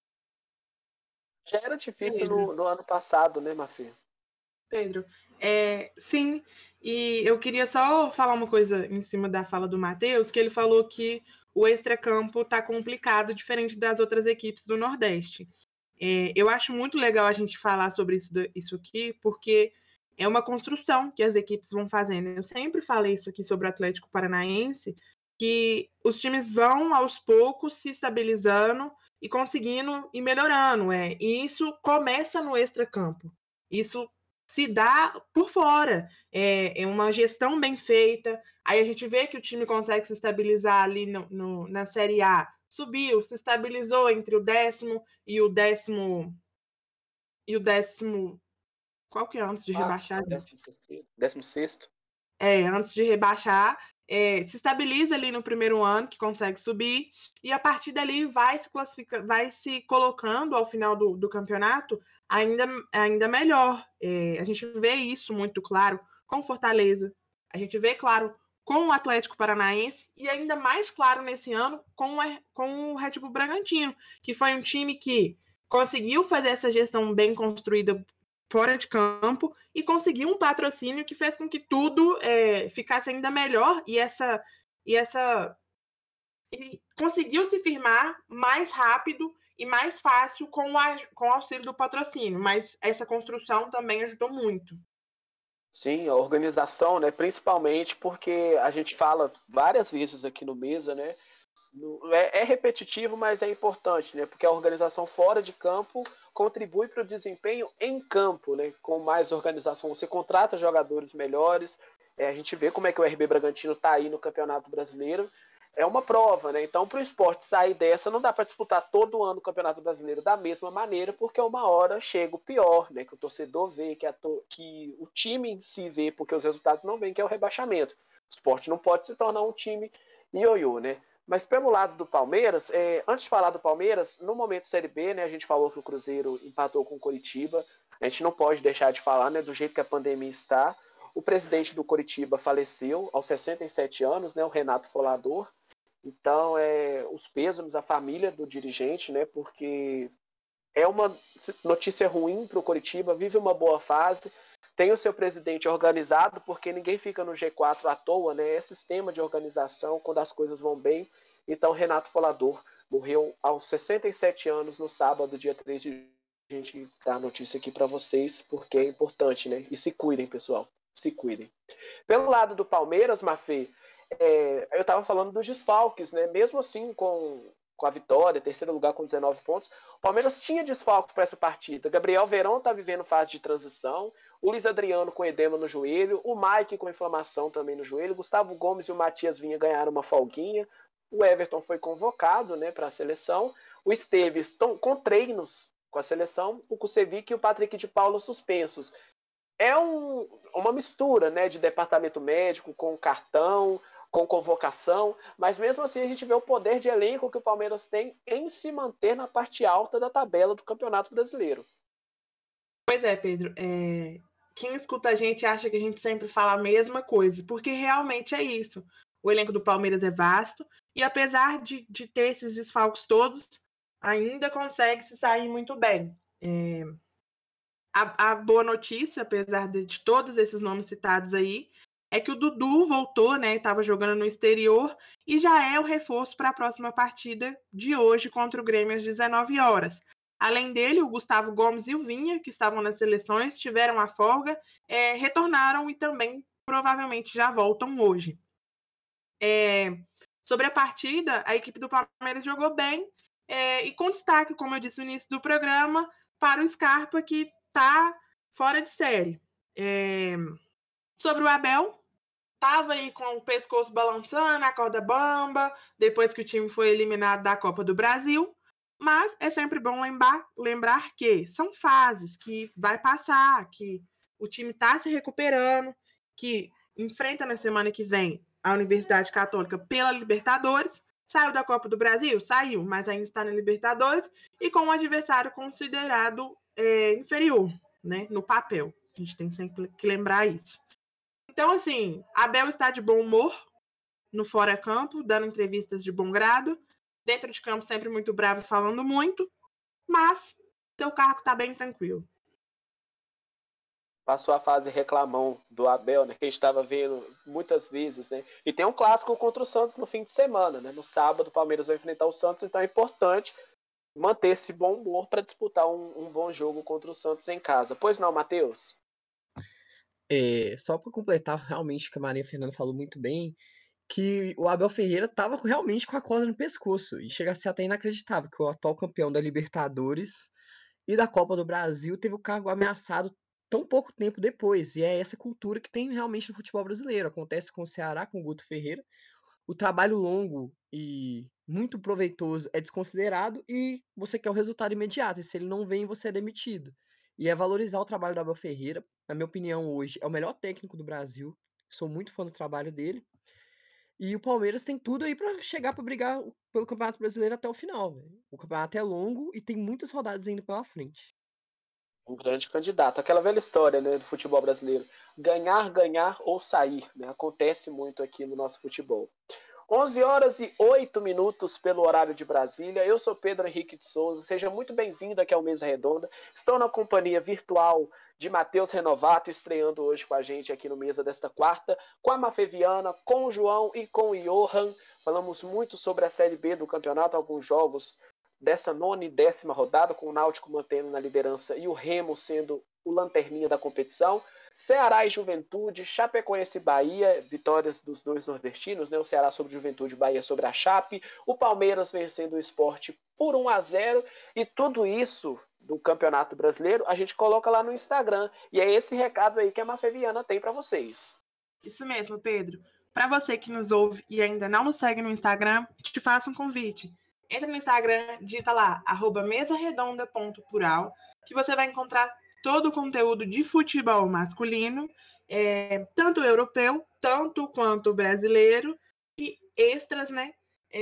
Já era difícil Pedro, no ano passado, né, Mafê? Pedro, sim, e eu queria só falar uma coisa em cima da fala do Matheus, que ele falou que o extracampo tá complicado, diferente das outras equipes do Nordeste. Eu acho muito legal a gente falar sobre isso aqui, porque é uma construção que as equipes vão fazendo. Eu sempre falei isso aqui sobre o Atlético Paranaense, que os times vão aos poucos se estabilizando e conseguindo e melhorando. E isso começa no extracampo. Isso se dá por fora. É uma gestão bem feita. Aí a gente vê que o time consegue se estabilizar ali na Série A. Subiu, se estabilizou entre o 10º e o 10º. E o 10º. Qual que é antes de rebaixar, gente? 16º. Antes de rebaixar, se estabiliza ali no primeiro ano, que consegue subir, e a partir dali vai se classificando, vai se colocando ao final do campeonato ainda melhor. A gente vê isso muito claro com Fortaleza, a gente vê claro com o Atlético Paranaense e ainda mais claro nesse ano com o Red Bull Bragantino, que foi um time que conseguiu fazer essa gestão bem construída fora de campo e conseguiu um patrocínio que fez com que tudo ficasse ainda melhor e conseguiu se firmar mais rápido e mais fácil com o auxílio do patrocínio, mas essa construção também ajudou muito. Sim, a organização, né, principalmente porque a gente fala várias vezes aqui no Mesa, né, é repetitivo, mas é importante, né? Porque a organização fora de campo contribui para o desempenho em campo, né? Com mais organização, você contrata jogadores melhores. A gente vê como é que o RB Bragantino está aí no Campeonato Brasileiro. É uma prova, né? Então, para o esporte sair dessa, não dá para disputar todo ano o Campeonato Brasileiro da mesma maneira, porque uma hora chega o pior, né? Que o torcedor vê, que o time em si vê, porque os resultados não vêm, que é o rebaixamento. O esporte não pode se tornar um time ioiô, né? Mas pelo lado do Palmeiras, antes de falar do Palmeiras, no momento Série B, né, a gente falou que o Cruzeiro empatou com o Coritiba. A gente não pode deixar de falar, né, do jeito que a pandemia está. O presidente do Coritiba faleceu aos 67 anos, né, o Renato Folador. Então, os pêsames à família do dirigente, né, porque é uma notícia ruim para o Coritiba, vive uma boa fase, tem o seu presidente organizado, porque ninguém fica no G4 à toa, né? É sistema de organização quando as coisas vão bem. Então, Renato Folador morreu aos 67 anos no sábado, dia 3 de a gente dar a notícia aqui para vocês, porque é importante, né? E se cuidem, pessoal. Se cuidem. Pelo lado do Palmeiras, Mafê, eu estava falando dos desfalques, né? Mesmo assim, com a vitória, terceiro lugar com 19 pontos, o Palmeiras tinha desfalques para essa partida. Gabriel Verón está vivendo fase de transição, o Luiz Adriano com edema no joelho, o Mike com inflamação também no joelho, Gustavo Gomes e o Matias Vinha ganharam uma folguinha, o Everton foi convocado, né, para a seleção, o Esteves estão com treinos com a seleção, o Kusevic e o Patrick de Paula suspensos. É uma mistura, né, de departamento médico com cartão, com convocação, mas mesmo assim a gente vê o poder de elenco que o Palmeiras tem em se manter na parte alta da tabela do Campeonato Brasileiro. Pois é, Pedro. Quem escuta a gente acha que a gente sempre fala a mesma coisa, porque realmente é isso. O elenco do Palmeiras é vasto e apesar de ter esses desfalques todos, ainda consegue se sair muito bem. A boa notícia, apesar de todos esses nomes citados aí, é que o Dudu voltou, né? Estava jogando no exterior e já é o reforço para a próxima partida de hoje contra o Grêmio às 19 horas. Além dele, o Gustavo Gomes e o Vinha, que estavam nas seleções, tiveram a folga, retornaram e também provavelmente já voltam hoje. Sobre a partida, a equipe do Palmeiras jogou bem e com destaque, como eu disse no início do programa, para o Scarpa, que está fora de série. Sobre o Abel, estava aí com o pescoço balançando, a corda bamba, depois que o time foi eliminado da Copa do Brasil. Mas é sempre bom lembrar que são fases, que vai passar, que o time está se recuperando, que enfrenta na semana que vem a Universidade Católica pela Libertadores. Saiu da Copa do Brasil? Saiu, mas ainda está na Libertadores e com um adversário considerado inferior, né, no papel. A gente tem sempre que lembrar isso. Então, assim, Abel está de bom humor no fora-campo, dando entrevistas de bom grado. Dentro de campo, sempre muito bravo, falando muito. Mas seu cargo está bem tranquilo. Passou a fase reclamão do Abel, né, que a gente estava vendo muitas vezes, né? E tem um clássico contra o Santos no fim de semana, né? No sábado, o Palmeiras vai enfrentar o Santos, então é importante manter esse bom humor para disputar um bom jogo contra o Santos em casa. Pois não, Matheus? Só para completar realmente o que a Maria Fernanda falou muito bem, que o Abel Ferreira estava realmente com a corda no pescoço, e chega a ser até inacreditável que o atual campeão da Libertadores e da Copa do Brasil teve o cargo ameaçado tão pouco tempo depois, e é essa cultura que tem realmente no futebol brasileiro. Acontece com o Ceará, com o Guto Ferreira. O trabalho longo e muito proveitoso é desconsiderado e você quer o resultado imediato, e se ele não vem, você é demitido. E é valorizar o trabalho do Abel Ferreira. Na minha opinião, hoje é o melhor técnico do Brasil. Sou muito fã do trabalho dele. E o Palmeiras tem tudo aí para chegar para brigar pelo Campeonato Brasileiro até o final, véio. O campeonato é longo e tem muitas rodadas ainda pela frente. Um grande candidato. Aquela velha história, né, do futebol brasileiro. Ganhar, ganhar ou sair, né? Acontece muito aqui no nosso futebol. 11 horas e 8 minutos pelo horário de Brasília. Eu sou Pedro Henrique de Souza. Seja muito bem-vindo aqui ao Mesa Redonda. Estou na companhia virtual de Matheus Renovato, estreando hoje com a gente aqui no Mesa desta quarta, com a Mafê Viana, com o João e com o Johan. Falamos muito sobre a Série B do campeonato, alguns jogos dessa 9ª e 10ª rodada, com o Náutico mantendo na liderança e o Remo sendo o lanterninha da competição. Ceará e Juventude, Chapecoense e Bahia, vitórias dos dois nordestinos, né? O Ceará sobre o Juventude, Bahia sobre a Chape, o Palmeiras vencendo o Sport por 1-0, e tudo isso do Campeonato Brasileiro a gente coloca lá no Instagram, e é esse recado aí que a Mafê Viana tem para vocês. Isso mesmo, Pedro. Para você que nos ouve e ainda não nos segue no Instagram, te faço um convite. Entra no Instagram, digita lá, @mesaredonda.plural, que você vai encontrar todo o conteúdo de futebol masculino, tanto europeu, tanto quanto brasileiro, e extras, né?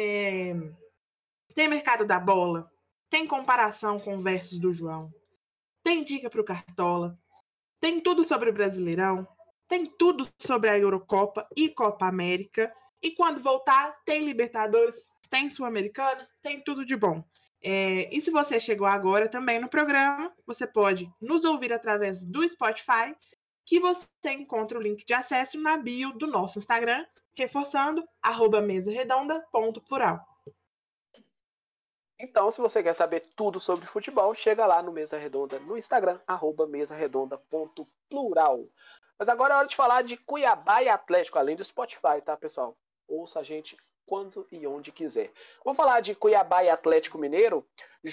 Tem mercado da bola, tem comparação com versos do João, tem dica para o Cartola, tem tudo sobre o Brasileirão, tem tudo sobre a Eurocopa e Copa América, e quando voltar, tem Libertadores, tem Sul-Americana, tem tudo de bom. E se você chegou agora também no programa, você pode nos ouvir através do Spotify que você encontra o link de acesso na bio do nosso Instagram, reforçando, @mesaredonda.plural. Então, se você quer saber tudo sobre futebol, chega lá no Mesa Redonda no Instagram, @mesaredonda.plural. Mas agora é hora de falar de Cuiabá e Atlético, além do Spotify, tá, pessoal? Ouça a gente quando e onde quiser. Vamos falar de Cuiabá e Atlético Mineiro,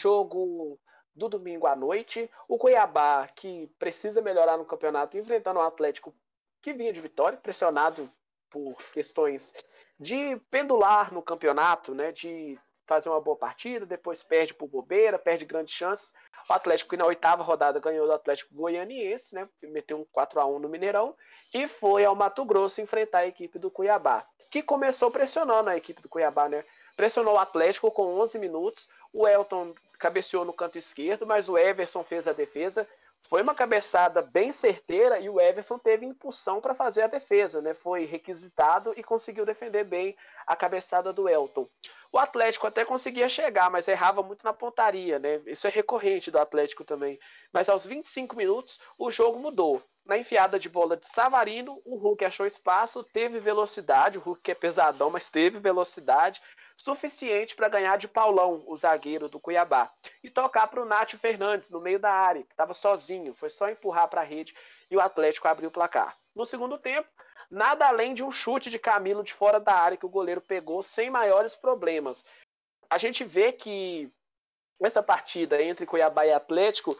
jogo do domingo à noite. O Cuiabá, que precisa melhorar no campeonato, enfrentando o Atlético que vinha de vitória, pressionado por questões de pendular no campeonato, né, de fazer uma boa partida, depois perde por bobeira, perde grandes chances. O Atlético, que na oitava rodada ganhou do Atlético Goianiense, né, meteu um 4-1 no Mineirão, e foi ao Mato Grosso enfrentar a equipe do Cuiabá, que começou pressionando a equipe do Cuiabá, né? Pressionou o Atlético com 11 minutos, o Elton cabeceou no canto esquerdo, mas o Everson fez a defesa. Foi uma cabeçada bem certeira e o Everson teve impulsão para fazer a defesa, né? Foi requisitado e conseguiu defender bem a cabeçada do Elton. O Atlético até conseguia chegar, mas errava muito na pontaria, né? Isso é recorrente do Atlético também. Mas aos 25 minutos, o jogo mudou. Na enfiada de bola de Savarino, o Hulk achou espaço, teve velocidade, o Hulk é pesadão, mas teve velocidade suficiente para ganhar de Paulão, o zagueiro do Cuiabá, e tocar para o Nátio Fernandes, no meio da área, que estava sozinho, foi só empurrar para a rede e o Atlético abriu o placar. No segundo tempo, nada além de um chute de Camilo de fora da área que o goleiro pegou sem maiores problemas. A gente vê que essa partida entre Cuiabá e Atlético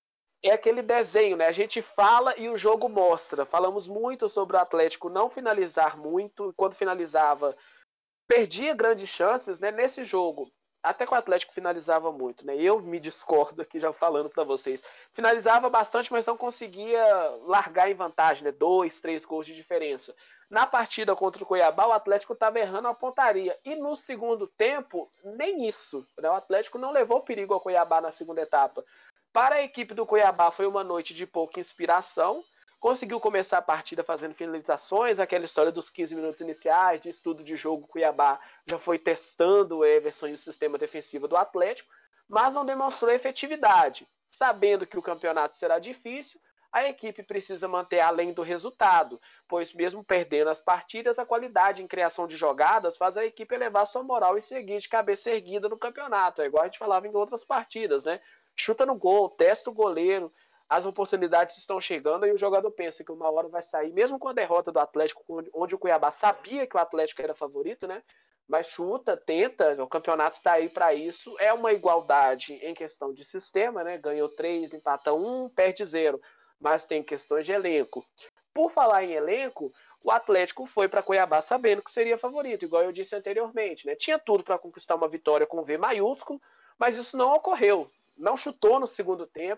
é aquele desenho, né? A gente fala e o jogo mostra. Falamos muito sobre o Atlético não finalizar muito, quando finalizava perdia grandes chances, né? Nesse jogo, até que o Atlético finalizava muito, né? Eu me discordo aqui já falando para vocês. Finalizava bastante, mas não conseguia largar em vantagem, né? 2, 3 gols de diferença. Na partida contra o Cuiabá, o Atlético estava errando a pontaria. E no segundo tempo, nem isso, né? O Atlético não levou perigo ao Cuiabá na segunda etapa. Para a equipe do Cuiabá foi uma noite de pouca inspiração. Conseguiu começar a partida fazendo finalizações, aquela história dos 15 minutos iniciais, de estudo de jogo, Cuiabá já foi testando o Everson e o sistema defensivo do Atlético, mas não demonstrou efetividade. Sabendo que o campeonato será difícil, a equipe precisa manter além do resultado, pois mesmo perdendo as partidas, a qualidade em criação de jogadas faz a equipe elevar sua moral e seguir de cabeça erguida no campeonato. É igual a gente falava em outras partidas, né? Chuta no gol, testa o goleiro, as oportunidades estão chegando e o jogador pensa que uma hora vai sair, mesmo com a derrota do Atlético, onde o Cuiabá sabia que o Atlético era favorito, né? Mas chuta, tenta, o campeonato está aí para isso. É uma igualdade em questão de sistema, né? Ganhou 3, empata 1, perde 0. Mas tem questões de elenco. Por falar em elenco, o Atlético foi para Cuiabá sabendo que seria favorito, igual eu disse anteriormente, né? Tinha tudo para conquistar uma vitória com V maiúsculo, mas isso não ocorreu. Não chutou no segundo tempo,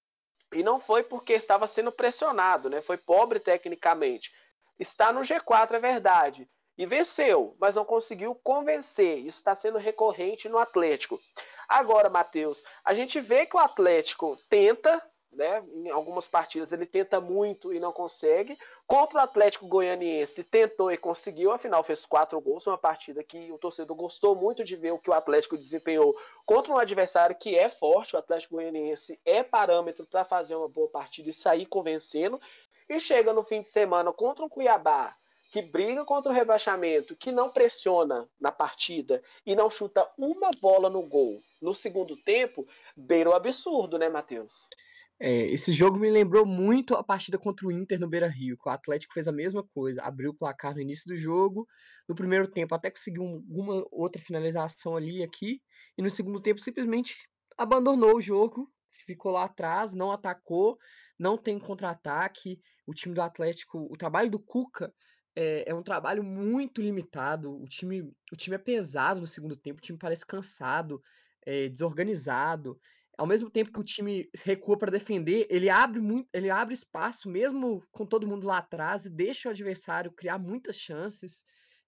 e não foi porque estava sendo pressionado, né? Foi pobre tecnicamente. Está no G4, é verdade. E venceu, mas não conseguiu convencer. Isso está sendo recorrente no Atlético. Agora, Matheus, a gente vê que o Atlético tenta, né? Em algumas partidas ele tenta muito e não consegue. Contra o Atlético Goianiense tentou e conseguiu, afinal fez 4 gols, uma partida que o torcedor gostou muito de ver o que o Atlético desempenhou contra um adversário que é forte. O Atlético Goianiense é parâmetro para fazer uma boa partida e sair convencendo. E chega no fim de semana contra um Cuiabá que briga contra o rebaixamento, que não pressiona na partida e não chuta uma bola no gol no segundo tempo, beira o absurdo, né, Matheus? Esse jogo me lembrou muito a partida contra o Inter no Beira-Rio, que o Atlético fez a mesma coisa, abriu o placar no início do jogo, no primeiro tempo até conseguiu alguma outra finalização ali e aqui, e no segundo tempo simplesmente abandonou o jogo, ficou lá atrás, não atacou, não tem contra-ataque. O time do Atlético, o trabalho do Cuca é um trabalho muito limitado, o time é pesado no segundo tempo, o time parece cansado, desorganizado. Ao mesmo tempo que o time recua para defender, ele abre espaço mesmo com todo mundo lá atrás e deixa o adversário criar muitas chances.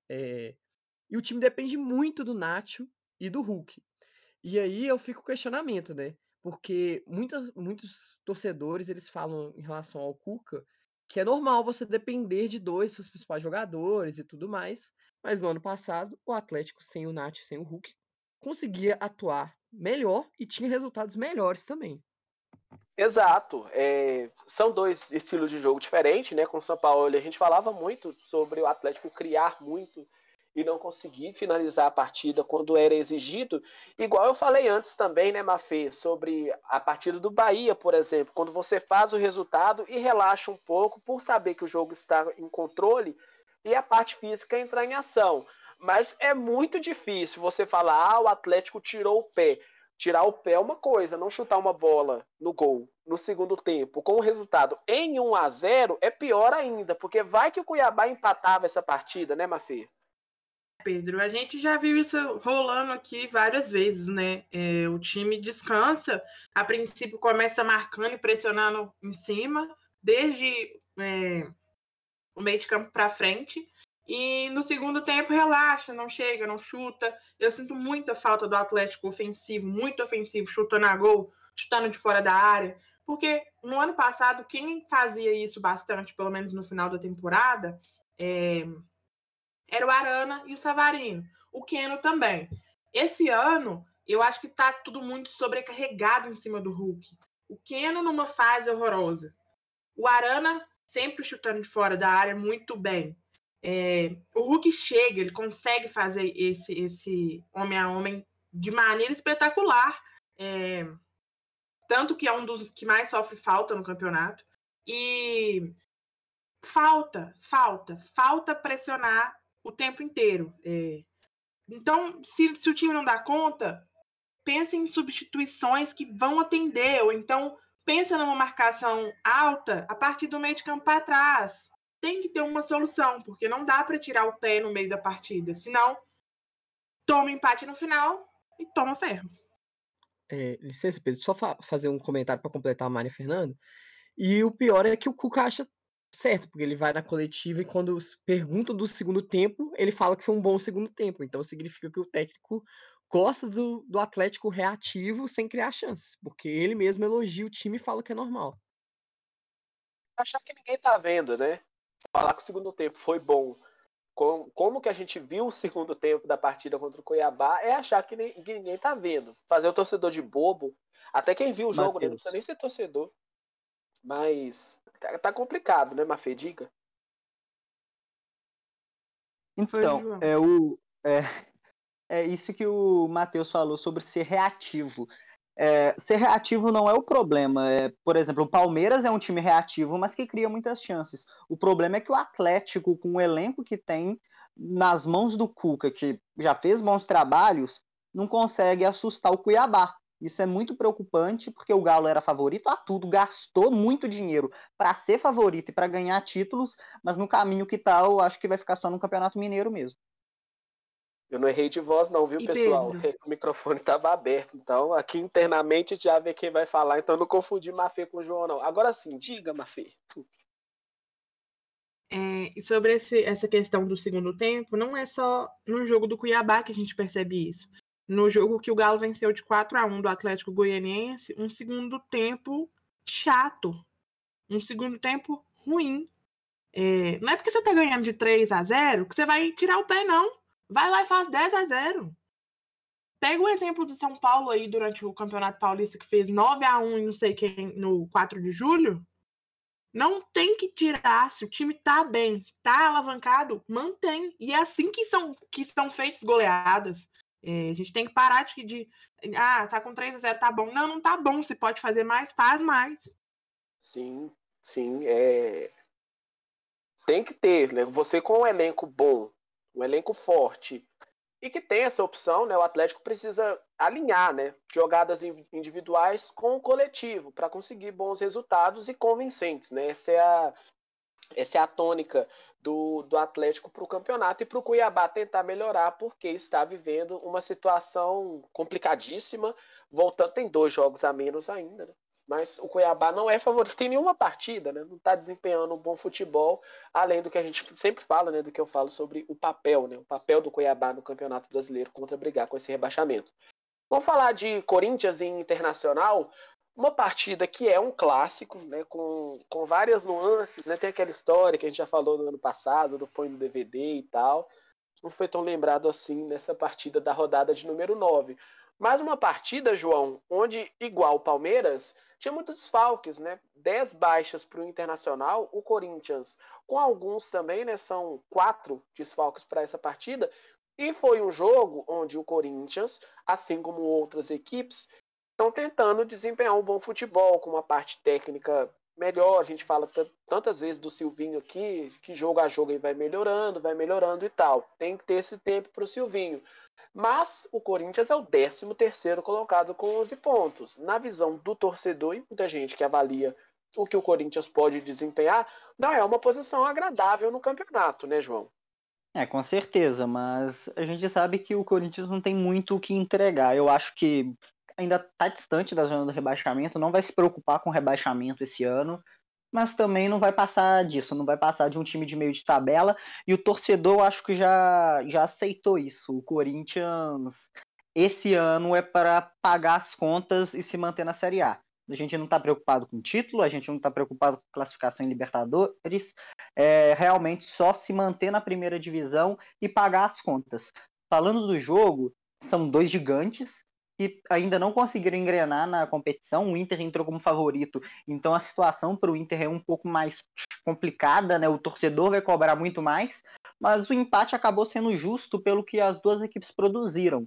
E o time depende muito do Nacho e do Hulk. E aí eu fico com questionamento, né? Porque muitos torcedores eles falam em relação ao Cuca que é normal você depender de 2 dos seus principais jogadores e tudo mais, mas no ano passado o Atlético sem o Nacho e sem o Hulk conseguia atuar melhor e tinha resultados melhores também. Exato. São dois estilos de jogo diferentes, né? Com o São Paulo a gente falava muito sobre o Atlético criar muito e não conseguir finalizar a partida quando era exigido. Igual eu falei antes também, né, Mafê, sobre a partida do Bahia, por exemplo, quando você faz o resultado e relaxa um pouco por saber que o jogo está em controle e a parte física entrar em ação. Mas é muito difícil você falar, o Atlético tirou o pé. Tirar o pé é uma coisa, não chutar uma bola no gol no segundo tempo com o resultado em 1-0 é pior ainda, porque vai que o Cuiabá empatava essa partida, né, Mafê? Pedro, a gente já viu isso rolando aqui várias vezes, né? O time descansa, a princípio começa marcando e pressionando em cima, desde o meio de campo para frente, e no segundo tempo relaxa, não chega, não chuta. Eu sinto muita falta do Atlético ofensivo, muito ofensivo, chutando a gol, chutando de fora da área, porque no ano passado quem fazia isso bastante, pelo menos no final da temporada, era o Arana e o Savarino. O Keno também. Esse ano, eu acho que tá tudo muito sobrecarregado em cima do Hulk. O Keno numa fase horrorosa. O Arana sempre chutando de fora da área muito bem. O Hulk chega, ele consegue fazer esse homem a homem de maneira espetacular. Tanto que é um dos que mais sofre falta no campeonato. E falta pressionar o tempo inteiro. Então, se o time não dá conta, pense em substituições que vão atender, ou então pensa numa marcação alta a partir do meio de campo para trás. Tem que ter uma solução, porque não dá para tirar o pé no meio da partida, senão toma empate no final e toma ferro. Licença, Pedro, só fazer um comentário para completar a Mari Fernando. E o pior é que o Cuca acha certo, porque ele vai na coletiva e quando perguntam do segundo tempo, ele fala que foi um bom segundo tempo. Então significa que o técnico gosta do Atlético reativo sem criar chances, porque ele mesmo elogia o time e fala que é normal. Achar que ninguém tá vendo, né? Falar que o segundo tempo foi bom. Como que a gente viu o segundo tempo da partida contra o Cuiabá é achar que ninguém tá vendo. Fazer o torcedor de bobo. Até quem viu o jogo, né? Não precisa nem ser torcedor. Mas tá complicado, né, Mafê? Diga. Então, é isso que o Matheus falou sobre ser reativo. Ser reativo não é o problema. Por exemplo, o Palmeiras é um time reativo, mas que cria muitas chances. O problema é que o Atlético, com o elenco que tem nas mãos do Cuca, que já fez bons trabalhos, não consegue assustar o Cuiabá. Isso é muito preocupante, porque o Galo era favorito a tudo, gastou muito dinheiro para ser favorito e para ganhar títulos, mas no caminho que tá, eu acho que vai ficar só no Campeonato Mineiro mesmo. Eu não errei de voz, não, viu, pessoal? O microfone estava aberto. Então, aqui internamente a gente já vê quem vai falar. Então, não confundi Mafê com o João, não. Agora sim, diga, Mafê. E sobre essa questão do segundo tempo, não é só no jogo do Cuiabá que a gente percebe isso. No jogo que o Galo venceu de 4-1 do Atlético Goianiense, um segundo tempo chato. Um segundo tempo ruim. Não é porque você tá ganhando de 3-0 que você vai tirar o pé, não. Vai lá e faz 10-0. Pega o exemplo do São Paulo aí durante o Campeonato Paulista, que fez 9-1 e não sei quem no 4 de julho. Não tem que tirar. Se o time tá bem, tá alavancado, mantém. E é assim que são feitas goleadas. A gente tem que parar de tá com 3-0, tá bom. Não tá bom. Você pode fazer mais, faz mais. Sim. Tem que ter, né? Você com um elenco bom, um elenco forte, e que tem essa opção, né? O Atlético precisa alinhar, né? Jogadas individuais com o coletivo para conseguir bons resultados e convincentes, né? Essa é a tônica do Atlético para o campeonato e para o Cuiabá tentar melhorar, porque está vivendo uma situação complicadíssima. Voltando, tem 2 jogos a menos ainda, né? Mas o Cuiabá não é favorito em nenhuma partida, né? Não está desempenhando um bom futebol, além do que a gente sempre fala, né? Do que eu falo sobre o papel, né? O papel do Cuiabá no Campeonato Brasileiro contra brigar com esse rebaixamento. Vamos falar de Corinthians e Internacional. Uma partida que é um clássico, né, com várias nuances, né, tem aquela história que a gente já falou no ano passado, do põe no DVD e tal, não foi tão lembrado assim nessa partida da rodada de número 9. Mas uma partida, João, onde, igual o Palmeiras, tinha muitos desfalques, né? 10 baixas para o Internacional, o Corinthians, com alguns também, né? São 4 desfalques para essa partida. E foi um jogo onde o Corinthians, assim como outras equipes, estão tentando desempenhar um bom futebol, com uma parte técnica melhor. A gente fala tantas vezes do Silvinho aqui, que jogo a jogo ele vai melhorando e tal. Tem que ter esse tempo para o Silvinho. Mas o Corinthians é o 13º colocado com 11 pontos. Na visão do torcedor e muita gente que avalia o que o Corinthians pode desempenhar, não é uma posição agradável no campeonato, né, João? Com certeza, mas a gente sabe que o Corinthians não tem muito o que entregar. Eu acho que ainda está distante da zona do rebaixamento, não vai se preocupar com o rebaixamento esse ano, mas também não vai passar disso, não vai passar de um time de meio de tabela, e o torcedor acho que já aceitou isso. O Corinthians esse ano é para pagar as contas e se manter na Série A. A gente não está preocupado com título, a gente não está preocupado com classificação em Libertadores, realmente só se manter na primeira divisão e pagar as contas. Falando do jogo, são dois gigantes que ainda não conseguiram engrenar na competição. O Inter entrou como favorito, então a situação para o Inter é um pouco mais complicada, né? O torcedor vai cobrar muito mais, mas o empate acabou sendo justo pelo que as duas equipes produziram.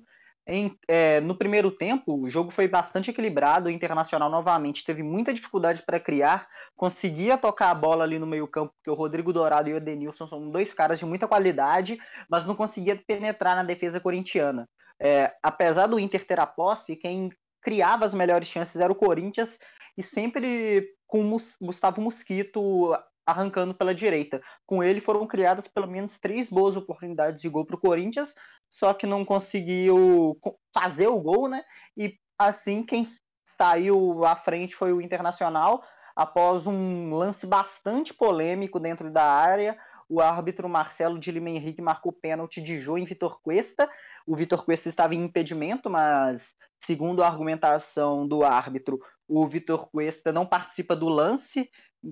No primeiro tempo, o jogo foi bastante equilibrado. O Internacional novamente teve muita dificuldade para criar, conseguia tocar a bola ali no meio-campo, porque o Rodrigo Dourado e o Edenilson são dois caras de muita qualidade, mas não conseguia penetrar na defesa corintiana. Apesar do Inter ter a posse, quem criava as melhores chances era o Corinthians, e sempre com o Gustavo Mosquito arrancando pela direita. Com ele foram criadas pelo menos 3 boas oportunidades de gol para o Corinthians, só que não conseguiu fazer o gol, né? E assim quem saiu à frente foi o Internacional, após um lance bastante polêmico dentro da área. O árbitro Marcelo de Lima Henrique marcou pênalti de Jô em Vitor Cuesta. O Vitor Cuesta estava em impedimento, mas segundo a argumentação do árbitro, o Vitor Cuesta não participa do lance.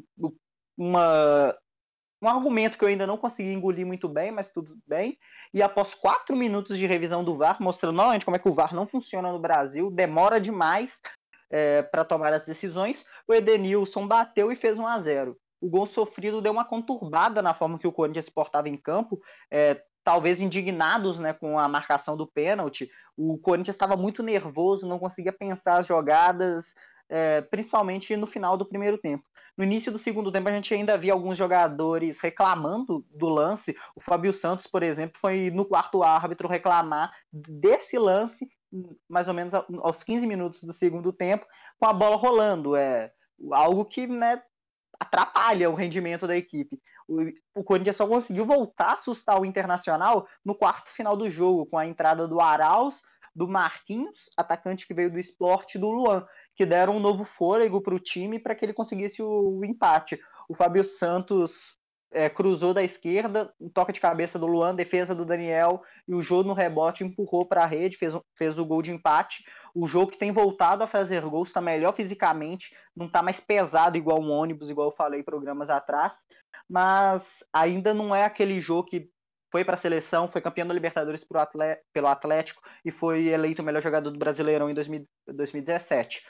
Um argumento que eu ainda não consegui engolir muito bem, mas tudo bem. E após 4 minutos de revisão do VAR, mostrando novamente como é que o VAR não funciona no Brasil, demora demais para tomar as decisões, o Edenilson bateu e fez 1-0. O gol sofrido deu uma conturbada na forma que o Corinthians se portava em campo, talvez indignados, né, com a marcação do pênalti. O Corinthians estava muito nervoso, não conseguia pensar as jogadas, principalmente no final do primeiro tempo. No início do segundo tempo, a gente ainda via alguns jogadores reclamando do lance. O Fábio Santos, por exemplo, foi no quarto árbitro reclamar desse lance, mais ou menos aos 15 minutos do segundo tempo, com a bola rolando. Algo que, né, atrapalha o rendimento da equipe. O Corinthians só conseguiu voltar a assustar o Internacional no quarto final do jogo, com a entrada do Arauz, do Marquinhos, atacante que veio do Sport, e do Luan, que deram um novo fôlego para o time para que ele conseguisse o empate. O Fábio Santos cruzou da esquerda, um toque de cabeça do Luan, defesa do Daniel, e o Jô no rebote empurrou para a rede, fez o gol de empate. O Jô que tem voltado a fazer gols, está melhor fisicamente, não está mais pesado igual um ônibus, igual eu falei programas atrás, mas ainda não é aquele Jô que foi para a seleção, foi campeão da Libertadores pelo Atlético e foi eleito o melhor jogador do Brasileirão em 2017.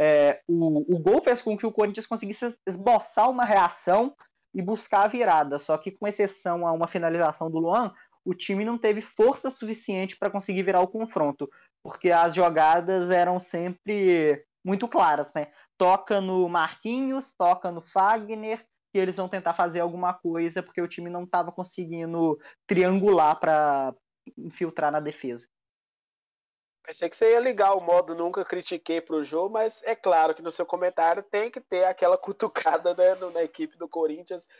O gol fez com que o Corinthians conseguisse esboçar uma reação e buscar a virada, só que com exceção a uma finalização do Luan, o time não teve força suficiente para conseguir virar o confronto, porque as jogadas eram sempre muito claras, né? Toca no Marquinhos, toca no Fagner, que eles vão tentar fazer alguma coisa, porque o time não estava conseguindo triangular para infiltrar na defesa. Pensei que você ia ligar o modo nunca critiquei pro jogo, mas é claro que no seu comentário tem que ter aquela cutucada, né, na equipe do Corinthians.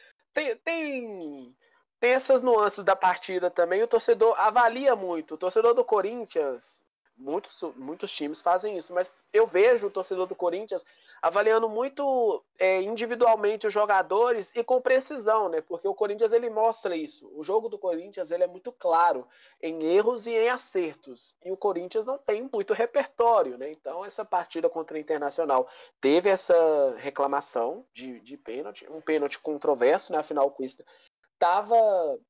Tem essas nuances da partida também. O torcedor avalia muito. O torcedor do Corinthians, muitos times fazem isso, mas eu vejo o torcedor do Corinthians avaliando muito individualmente os jogadores e com precisão, né? Porque o Corinthians ele mostra isso. O jogo do Corinthians ele é muito claro em erros e em acertos. E o Corinthians não tem muito repertório, né? Então essa partida contra o Internacional teve essa reclamação de pênalti, um pênalti controverso, né? Afinal o Cuesta estava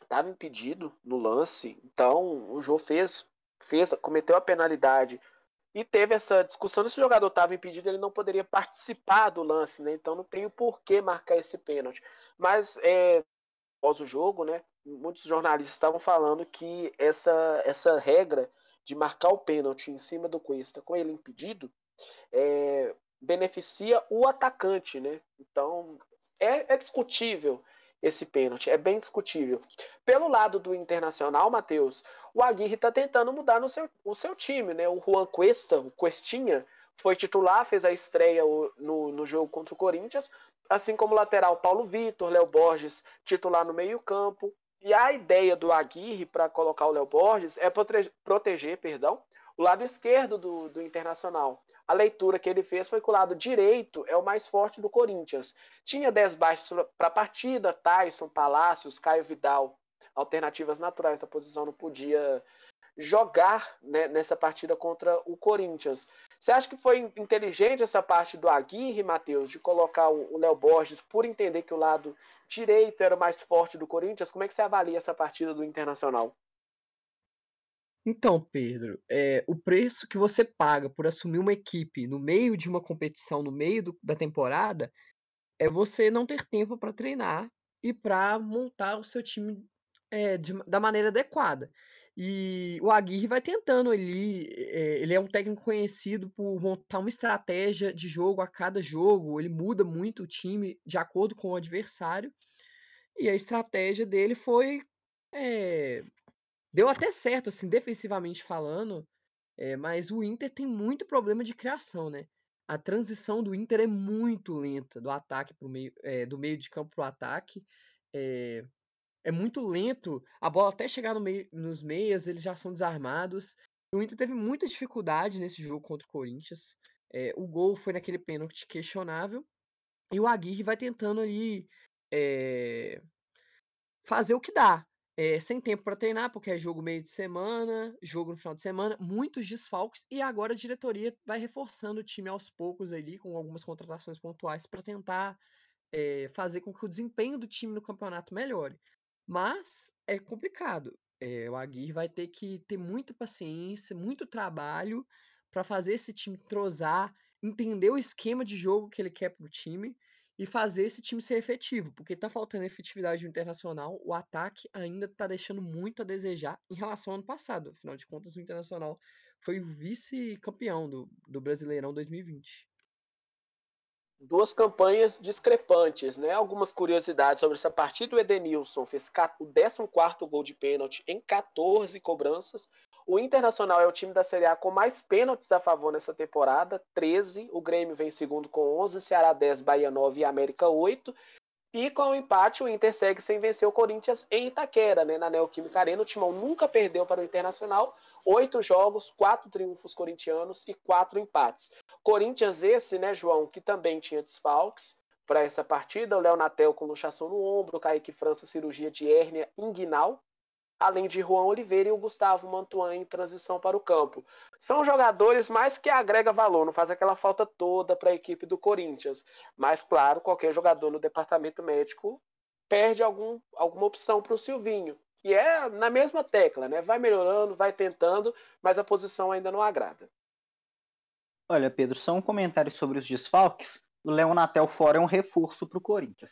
impedido no lance, então o Jô cometeu a penalidade e teve essa discussão se o jogador estava impedido, ele não poderia participar do lance, né? Então não tem o porquê marcar esse pênalti. Mas após o jogo, né, muitos jornalistas estavam falando que essa regra de marcar o pênalti em cima do Cuesta com ele impedido beneficia o atacante, né? Então é discutível esse pênalti, é bem discutível. Pelo lado do Internacional, Matheus, o Aguirre está tentando mudar o seu time, né? O Juan Cuesta, o Questinha, foi titular, fez a estreia no jogo contra o Corinthians, assim como o lateral Paulo Vitor, Léo Borges, titular no meio-campo. E a ideia do Aguirre para colocar o Léo Borges é proteger o lado esquerdo do Internacional. A leitura que ele fez foi que o lado direito é o mais forte do Corinthians. Tinha 10 baixos para a partida, Tyson, Palácios, Caio Vidal, alternativas naturais da posição, não podia jogar, né, nessa partida contra o Corinthians. Você acha que foi inteligente essa parte do Aguirre, Matheus, de colocar o Léo Borges por entender que o lado direito era o mais forte do Corinthians? Como é que você avalia essa partida do Internacional? Então, Pedro, o preço que você paga por assumir uma equipe no meio de uma competição, no meio da temporada, é você não ter tempo para treinar e para montar o seu time da maneira adequada. E o Aguirre vai tentando ali, ele é um técnico conhecido por montar uma estratégia de jogo a cada jogo, ele muda muito o time de acordo com o adversário, e a estratégia dele foi. eh, Deu até certo, assim, defensivamente falando, mas o Inter tem muito problema de criação, né. A transição do Inter é muito lenta, do ataque para o meio, do meio de campo para o ataque, eh, é muito lento, a bola até chegar no meio nos meias, eles já são desarmados. O Inter teve muita dificuldade nesse jogo contra o Corinthians, o gol foi naquele pênalti questionável, e o Aguirre vai tentando ali, eh fazer o que dá. Sem tempo para treinar, porque é jogo meio de semana, jogo no final de semana, muitos desfalques e agora a diretoria vai reforçando o time aos poucos ali, com algumas contratações pontuais para tentar, fazer com que o desempenho do time no campeonato melhore. Mas é complicado. O Aguirre vai ter que ter muita paciência, muito trabalho para fazer esse time entrosar, entender o esquema de jogo que ele quer para o time e fazer esse time ser efetivo, porque tá faltando efetividade no Internacional, o ataque ainda tá deixando muito a desejar em relação ao ano passado. Afinal de contas, o Internacional foi o vice-campeão do Brasileirão 2020. Duas campanhas discrepantes, né? Algumas curiosidades sobre essa partida. O Edenilson fez o 14º gol de pênalti em 14 cobranças. O Internacional é o time da Série A com mais pênaltis a favor nessa temporada, 13. O Grêmio vem em segundo com 11, Ceará 10, Bahia 9 e América 8. E com o empate, o Inter segue sem vencer o Corinthians em Itaquera, né, na Neoquímica Arena. O Timão nunca perdeu para o Internacional. 8 jogos, 4 triunfos corintianos e 4 empates. Corinthians esse, né, João, que também tinha desfalques para essa partida. O Léo Natel com luxação no ombro, o Kaique França, cirurgia de hérnia inguinal, além de Juan Oliveira e o Gustavo Mantuan em transição para o campo. São jogadores mais que agrega valor, não faz aquela falta toda para a equipe do Corinthians. Mas, claro, qualquer jogador no departamento médico perde alguma opção para o Silvinho. E é na mesma tecla, né? Vai melhorando, vai tentando, mas a posição ainda não agrada. Olha, Pedro, só um comentário sobre os desfalques. O Léo Natel fora é um reforço para o Corinthians.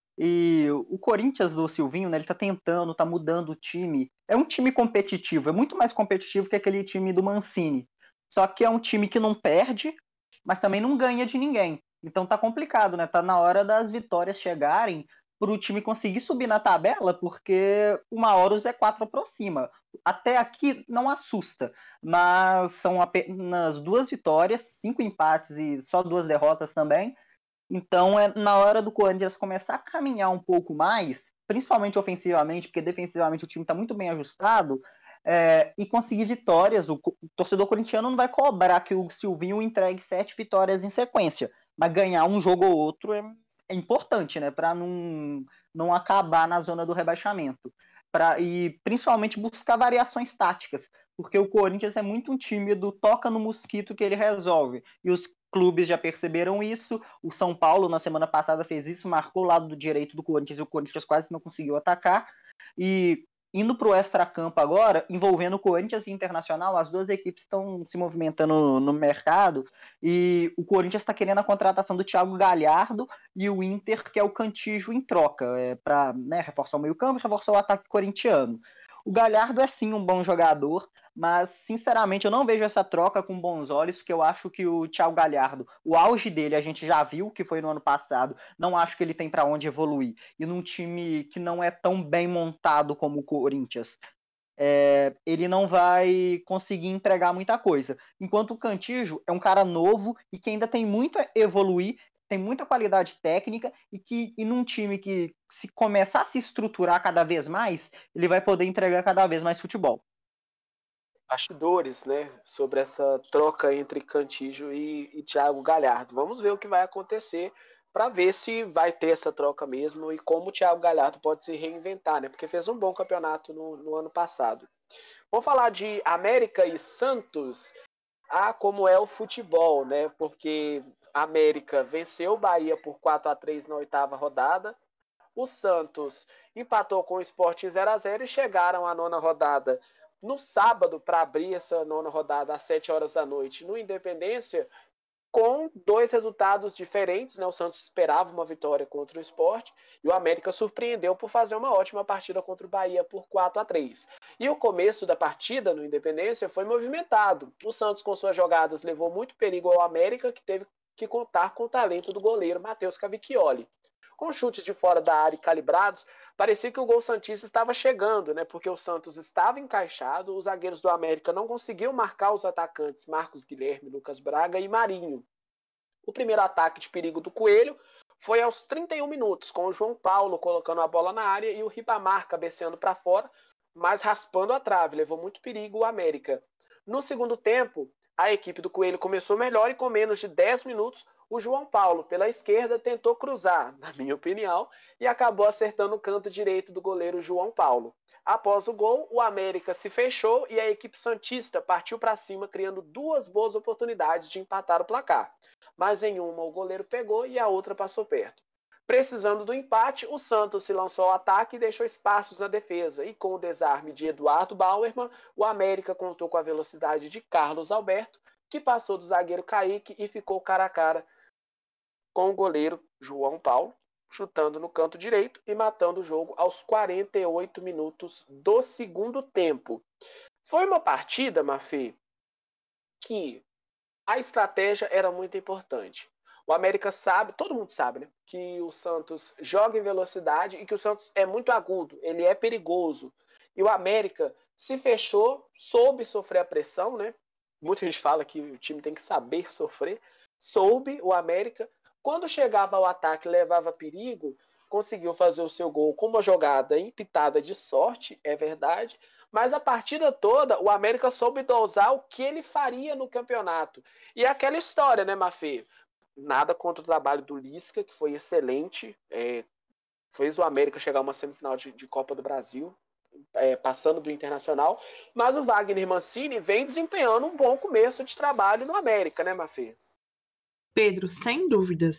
E o Corinthians do Silvinho, né, ele tá tentando, tá mudando o time. É um time competitivo, é muito mais competitivo que aquele time do Mancini. Só que é um time que não perde, mas também não ganha de ninguém. Então tá complicado, né? Tá na hora das vitórias chegarem para o time conseguir subir na tabela, porque uma hora o Z4 aproxima. Até aqui não assusta, mas são apenas 2 vitórias, 5 empates e só 2 derrotas também. Então é na hora do Corinthians começar a caminhar um pouco mais, principalmente ofensivamente, porque defensivamente o time está muito bem ajustado, e conseguir vitórias. O torcedor corintiano não vai cobrar que o Silvinho entregue 7 vitórias em sequência, mas ganhar um jogo ou outro é importante, né? Para não acabar na zona do rebaixamento. E principalmente buscar variações táticas, porque o Corinthians é muito um time do toca no mosquito que ele resolve. E os clubes já perceberam isso. O São Paulo, na semana passada, fez isso, marcou o lado do direito do Corinthians e o Corinthians quase não conseguiu atacar. E Indo para o extracampo agora, envolvendo o Corinthians e Internacional, as duas equipes estão se movimentando no mercado e o Corinthians está querendo a contratação do Thiago Galhardo e o Inter quer o Cantillo em troca, para, né, reforçar o meio-campo e reforçar o ataque corintiano. O Galhardo é sim um bom jogador, mas sinceramente eu não vejo essa troca com bons olhos, porque eu acho que o Thiago Galhardo, o auge dele a gente já viu que foi no ano passado, não acho que ele tem para onde evoluir. E num time que não é tão bem montado como o Corinthians, ele não vai conseguir entregar muita coisa. Enquanto o Cantillo é um cara novo e que ainda tem muito a evoluir, tem muita qualidade técnica e num time que, se começar a se estruturar cada vez mais, ele vai poder entregar cada vez mais futebol. Bastidores, né, sobre essa troca entre Cantillo e Thiago Galhardo. Vamos ver o que vai acontecer para ver se vai ter essa troca mesmo e como o Thiago Galhardo pode se reinventar, né? Porque fez um bom campeonato no ano passado. Vamos falar de América e Santos. Como é o futebol, né? Porque a América venceu o Bahia por 4-3 na oitava rodada. O Santos empatou com o Sport 0-0 e chegaram à nona rodada no sábado para abrir essa nona rodada às 7 horas da noite no Independência, com dois resultados diferentes, né? O Santos esperava uma vitória contra o Sport e o América surpreendeu por fazer uma ótima partida contra o Bahia por 4-3. E o começo da partida no Independência foi movimentado. O Santos, com suas jogadas, levou muito perigo ao América, que teve que contar com o talento do goleiro Matheus Cavicchioli. Com chutes de fora da área calibrados, parecia que o gol santista estava chegando, né? Porque o Santos estava encaixado, os zagueiros do América não conseguiam marcar os atacantes Marcos Guilherme, Lucas Braga e Marinho. O primeiro ataque de perigo do Coelho foi aos 31 minutos, com o João Paulo colocando a bola na área e o Ribamar cabeceando para fora, mas raspando a trave, levou muito perigo o América. No segundo tempo, a equipe do Coelho começou melhor e com menos de 10 minutos, o João Paulo, pela esquerda, tentou cruzar, na minha opinião, e acabou acertando o canto direito do goleiro João Paulo. Após o gol, o América se fechou e a equipe santista partiu para cima, criando duas boas oportunidades de empatar o placar. Mas em uma o goleiro pegou e a outra passou perto. Precisando do empate, o Santos se lançou ao ataque e deixou espaços na defesa. E com o desarme de Eduardo Bauerman, o América contou com a velocidade de Carlos Alberto, que passou do zagueiro Kaique e ficou cara a cara com o goleiro João Paulo, chutando no canto direito e matando o jogo aos 48 minutos do segundo tempo. Foi uma partida, Mafê, que a estratégia era muito importante. O América sabe, todo mundo sabe, né, que o Santos joga em velocidade e que o Santos é muito agudo, ele é perigoso. E o América se fechou, soube sofrer a pressão, né? Muita gente fala que o time tem que saber sofrer. Soube o América. Quando chegava ao ataque, levava perigo, conseguiu fazer o seu gol com uma jogada pitada de sorte, é verdade. Mas a partida toda, o América soube dosar o que ele faria no campeonato. E é aquela história, né, Mafê? Nada contra o trabalho do Lisca, que foi excelente. Fez o América chegar a uma semifinal de Copa do Brasil, passando do Internacional. Mas o Wagner Mancini vem desempenhando um bom começo de trabalho no América, né, Mafê? Pedro, sem dúvidas,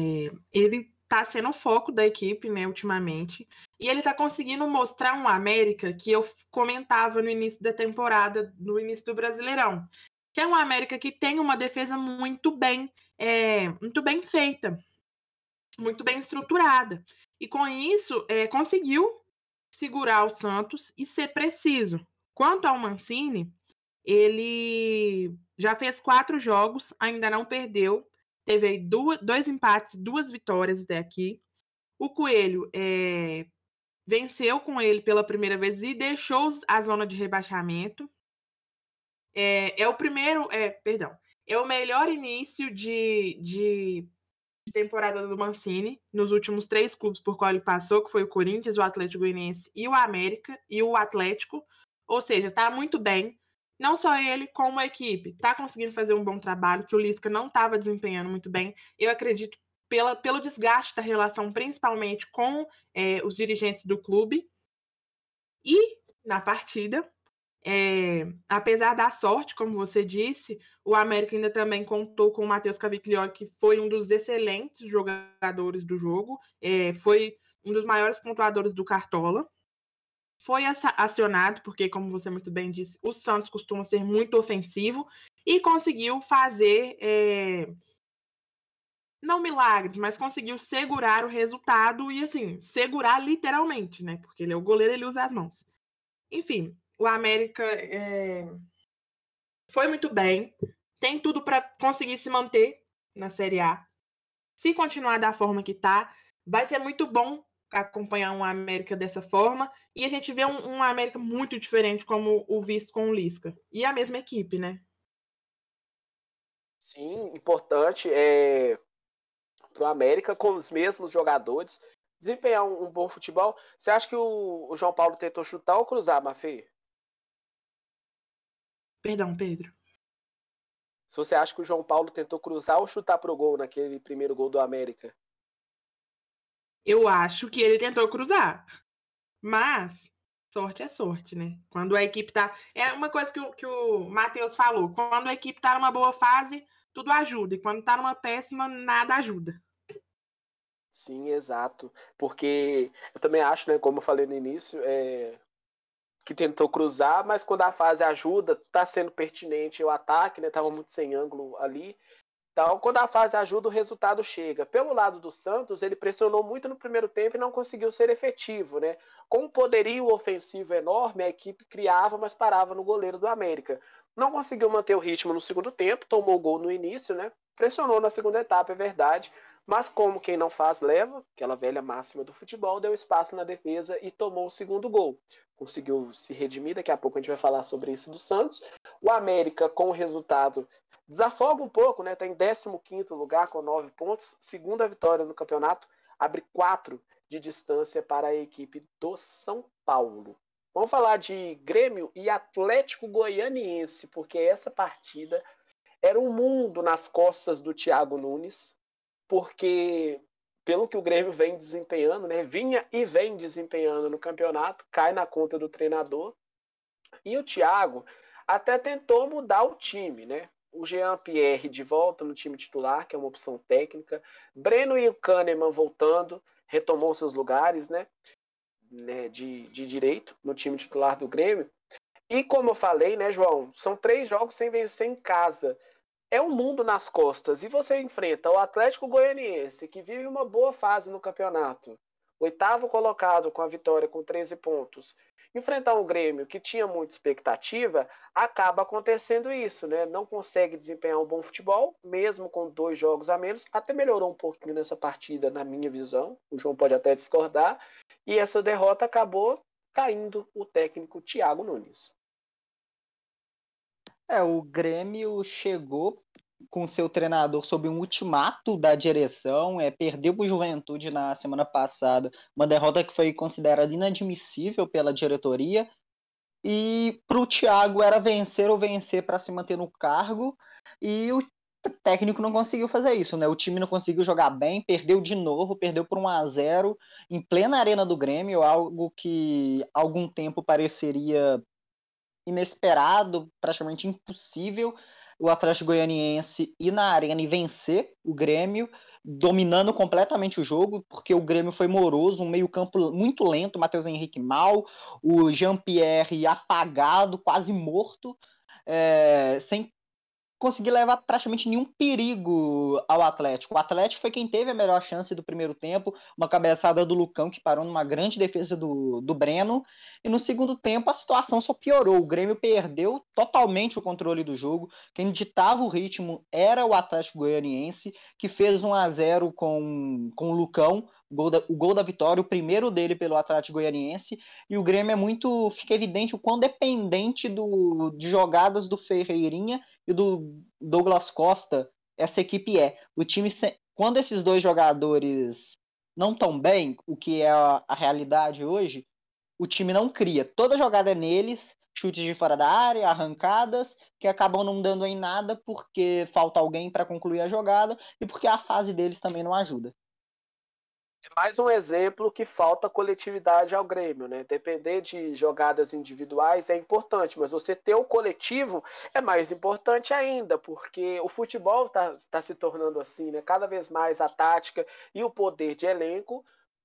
ele tá sendo o foco da equipe, né, ultimamente, e ele tá conseguindo mostrar um América que eu comentava no início da temporada, no início do Brasileirão, que é um América que tem uma defesa muito bem feita, muito bem estruturada, e com isso conseguiu segurar o Santos e ser preciso. Quanto ao Mancini, ele já fez 4 jogos, ainda não perdeu. Teve aí 2 empates, 2 vitórias até aqui. O Coelho venceu com ele pela primeira vez e deixou a zona de rebaixamento. É o melhor início de temporada do Mancini nos últimos 3 clubes por qual ele passou, que foi o Corinthians, o Atlético Goianiense e o América, e o Atlético. Ou seja, tá muito bem. Não só ele, como a equipe, tá conseguindo fazer um bom trabalho, que o Lisca não estava desempenhando muito bem. Eu acredito pelo desgaste da relação, principalmente com os dirigentes do clube. E, na partida, apesar da sorte, como você disse, o América ainda também contou com o Matheus Cavicchioli, que foi um dos excelentes jogadores do jogo, foi um dos maiores pontuadores do Cartola. foi acionado, porque, como você muito bem disse, o Santos costuma ser muito ofensivo, e conseguiu fazer, não milagres, mas conseguiu segurar o resultado e, assim, segurar literalmente, né? Porque ele é o goleiro, ele usa as mãos. Enfim, o América foi muito bem, tem tudo para conseguir se manter na Série A. Se continuar da forma que tá, vai ser muito bom acompanhar um América dessa forma, e a gente vê um América muito diferente como o visto com o Lisca. E a mesma equipe, né? Sim, importante para o América, com os mesmos jogadores, desempenhar um bom futebol. Você acha que o João Paulo tentou chutar ou cruzar, Mafê? Perdão, Pedro. Se você acha que o João Paulo tentou cruzar ou chutar pro gol naquele primeiro gol do América? Eu acho que ele tentou cruzar. Mas sorte é sorte, né? Quando a equipe tá. É uma coisa que o Matheus falou. Quando a equipe tá numa boa fase, tudo ajuda. E quando tá numa péssima, nada ajuda. Sim, exato. Porque eu também acho, né, como eu falei no início, que tentou cruzar, mas quando a fase ajuda, tá sendo pertinente o ataque, né? Tava muito sem ângulo ali. Então, quando a fase ajuda, o resultado chega. Pelo lado do Santos, ele pressionou muito no primeiro tempo e não conseguiu ser efetivo, né? Com um poderio ofensivo enorme, a equipe criava, mas parava no goleiro do América. Não conseguiu manter o ritmo no segundo tempo, tomou gol no início, né? Pressionou na segunda etapa, é verdade. Mas como quem não faz leva, aquela velha máxima do futebol, deu espaço na defesa e tomou o segundo gol. Conseguiu se redimir, daqui a pouco a gente vai falar sobre isso do Santos. O América, com o resultado, desafoga um pouco, né? Está em 15º lugar com 9 pontos. Segunda vitória no campeonato. Abre 4 de distância para a equipe do São Paulo. Vamos falar de Grêmio e Atlético Goianiense, porque essa partida era um mundo nas costas do Thiago Nunes, porque pelo que o Grêmio vem desempenhando, né? Vinha e vem desempenhando no campeonato, cai na conta do treinador. E o Thiago até tentou mudar o time, né? O Jean-Pierre de volta no time titular, que é uma opção técnica. Breno e o Kahneman voltando, retomou seus lugares, né? De direito no time titular do Grêmio. E como eu falei, né, João? São 3 jogos sem vencer em casa. É um mundo nas costas. E você enfrenta o Atlético Goianiense, que vive uma boa fase no campeonato. 8º colocado com a vitória com 13 pontos. Enfrentar um Grêmio que tinha muita expectativa, acaba acontecendo isso, né? Não consegue desempenhar um bom futebol, mesmo com 2 jogos a menos. Até melhorou um pouquinho nessa partida, na minha visão. O João pode até discordar. E essa derrota acabou caindo o técnico Thiago Nunes. O Grêmio chegou com seu treinador sob um ultimato da direção, perdeu para o Juventude na semana passada, uma derrota que foi considerada inadmissível pela diretoria, e para o Thiago era vencer ou vencer para se manter no cargo, e o técnico não conseguiu fazer isso, né? O time não conseguiu jogar bem, perdeu de novo, perdeu por 1-0 em plena arena do Grêmio, algo que há algum tempo pareceria inesperado, praticamente impossível, o Atlético Goianiense ir na arena e vencer o Grêmio, dominando completamente o jogo, porque o Grêmio foi moroso, um meio-campo muito lento, Matheus Henrique mal, o Jean-Pierre apagado, quase morto, sem conseguir levar praticamente nenhum perigo ao Atlético. O Atlético foi quem teve a melhor chance do primeiro tempo, uma cabeçada do Lucão que parou numa grande defesa do Breno, e no segundo tempo a situação só piorou. O Grêmio perdeu totalmente o controle do jogo, quem ditava o ritmo era o Atlético Goianiense, que fez 1-0 com o Lucão, o gol da vitória, o primeiro dele pelo Atlético Goianiense, e o Grêmio fica evidente o quão dependente de jogadas do Ferreirinha e do Douglas Costa essa equipe é. O time, quando esses dois jogadores não estão bem, o que é a realidade hoje, o time não cria. Toda jogada é neles, chutes de fora da área, arrancadas, que acabam não dando em nada porque falta alguém para concluir a jogada e porque a fase deles também não ajuda. É mais um exemplo que falta coletividade ao Grêmio, né? Depender de jogadas individuais é importante, mas você ter o coletivo é mais importante ainda, porque o futebol tá se tornando assim, né? Cada vez mais a tática e o poder de elenco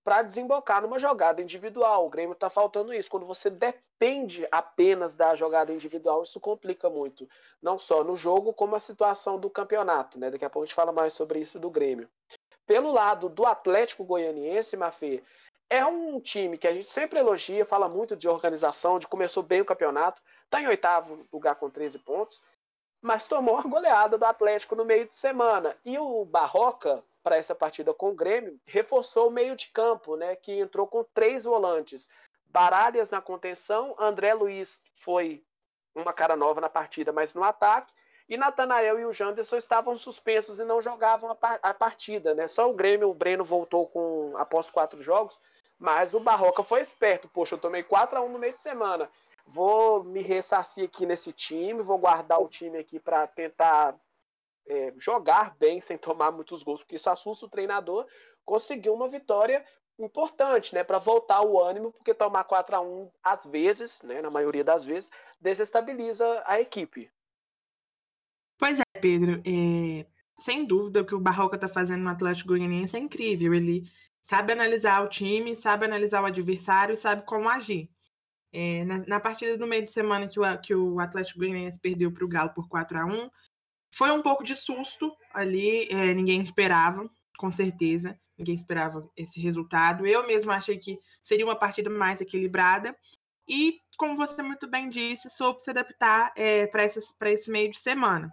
para desembocar numa jogada individual. O Grêmio está faltando isso. Quando você depende apenas da jogada individual, isso complica muito. Não só no jogo, como a situação do campeonato, né? Daqui a pouco a gente fala mais sobre isso do Grêmio. Pelo lado do Atlético Goianiense, Mafê, é um time que a gente sempre elogia, fala muito de organização, de começou bem o campeonato, está em 8º lugar com 13 pontos, mas tomou uma goleada do Atlético no meio de semana. E o Barroca, para essa partida com o Grêmio, reforçou o meio de campo, né, que entrou com 3 volantes. Baralhas na contenção, André Luiz foi uma cara nova na partida, mas no ataque, e Natanael e o Janderson estavam suspensos e não jogavam a partida, né? Só o Grêmio, o Breno voltou após 4 jogos, mas o Barroca foi esperto. Poxa, eu tomei 4-1 no meio de semana. Vou me ressarcir aqui nesse time, vou guardar o time aqui para tentar jogar bem sem tomar muitos gols, porque isso assusta o treinador. Conseguiu uma vitória importante, né, para voltar o ânimo, porque tomar 4-1 às vezes, né, na maioria das vezes, desestabiliza a equipe. Pois é, Pedro, sem dúvida o que o Barroca está fazendo no Atlético Goianiense é incrível. Ele sabe analisar o time, sabe analisar o adversário e sabe como agir. Na partida do meio de semana que o Atlético Goianiense perdeu para o Galo por 4-1, foi um pouco de susto ali, ninguém esperava, com certeza, ninguém esperava esse resultado. Eu mesma achei que seria uma partida mais equilibrada e, como você muito bem disse, soube se adaptar para esse meio de semana.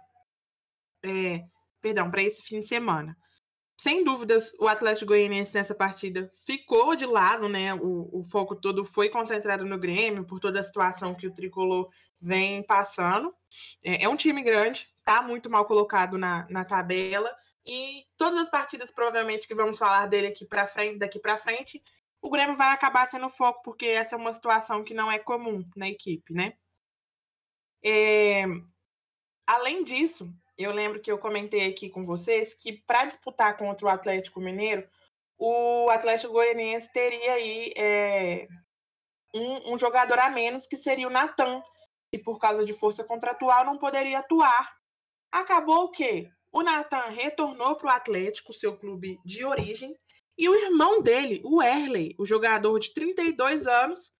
Para esse fim de semana. Sem dúvidas, o Atlético Goianiense nessa partida ficou de lado, né? O foco todo foi concentrado no Grêmio por toda a situação que o Tricolor vem passando. É um time grande, tá muito mal colocado na tabela e todas as partidas provavelmente que vamos falar dele daqui para frente, o Grêmio vai acabar sendo foco porque essa é uma situação que não é comum na equipe, né? Além disso, eu lembro que eu comentei aqui com vocês que para disputar contra o Atlético Mineiro, o Atlético Goianiense teria aí um jogador a menos, que seria o Natan, que por causa de força contratual não poderia atuar. Acabou o quê? O Natan retornou para o Atlético, seu clube de origem, e o irmão dele, o Erley, o jogador de 32 anos,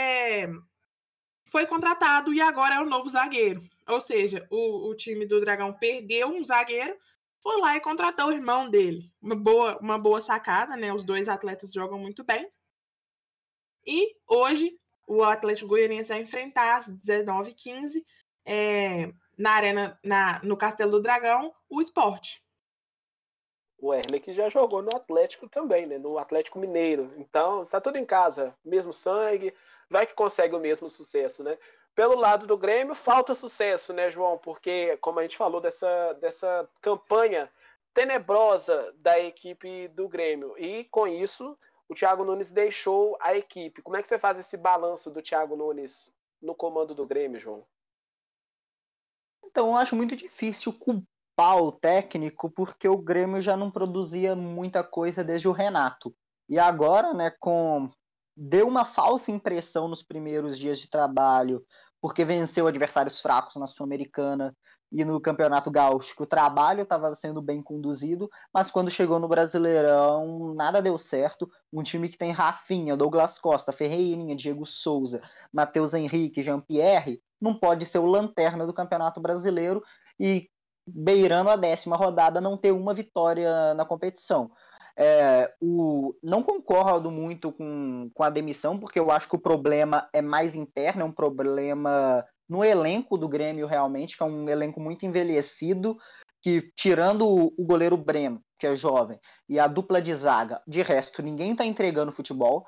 foi contratado e agora é o novo zagueiro. Ou seja, o time do Dragão perdeu um zagueiro, foi lá e contratou o irmão dele. Uma boa sacada, né? Os dois atletas jogam muito bem. E hoje o Atlético Goianiense vai enfrentar às 19h15 na arena, no Castelo do Dragão, o Sport. O Erle que já jogou no Atlético também, né? No Atlético Mineiro. Então, está tudo em casa. Mesmo sangue, vai que consegue o mesmo sucesso, né? Pelo lado do Grêmio, falta sucesso, né, João? Porque, como a gente falou dessa campanha tenebrosa da equipe do Grêmio. E, com isso, o Thiago Nunes deixou a equipe. Como é que você faz esse balanço do Thiago Nunes no comando do Grêmio, João? Então, eu acho muito difícil culpar o técnico, porque o Grêmio já não produzia muita coisa desde o Renato. E agora, né, deu uma falsa impressão nos primeiros dias de trabalho, porque venceu adversários fracos na Sul-Americana e no Campeonato Gaúcho, que o trabalho estava sendo bem conduzido, mas quando chegou no Brasileirão, nada deu certo. Um time que tem Rafinha, Douglas Costa, Ferreirinha, Diego Souza, Matheus Henrique, Jean-Pierre, não pode ser o lanterna do Campeonato Brasileiro e, beirando a 10ª rodada, não ter uma vitória na competição. Não concordo muito com a demissão, porque eu acho que o problema é mais interno, é um problema no elenco do Grêmio realmente, que é um elenco muito envelhecido, que tirando o goleiro Breno, que é jovem, e a dupla de zaga, de resto, ninguém está entregando futebol.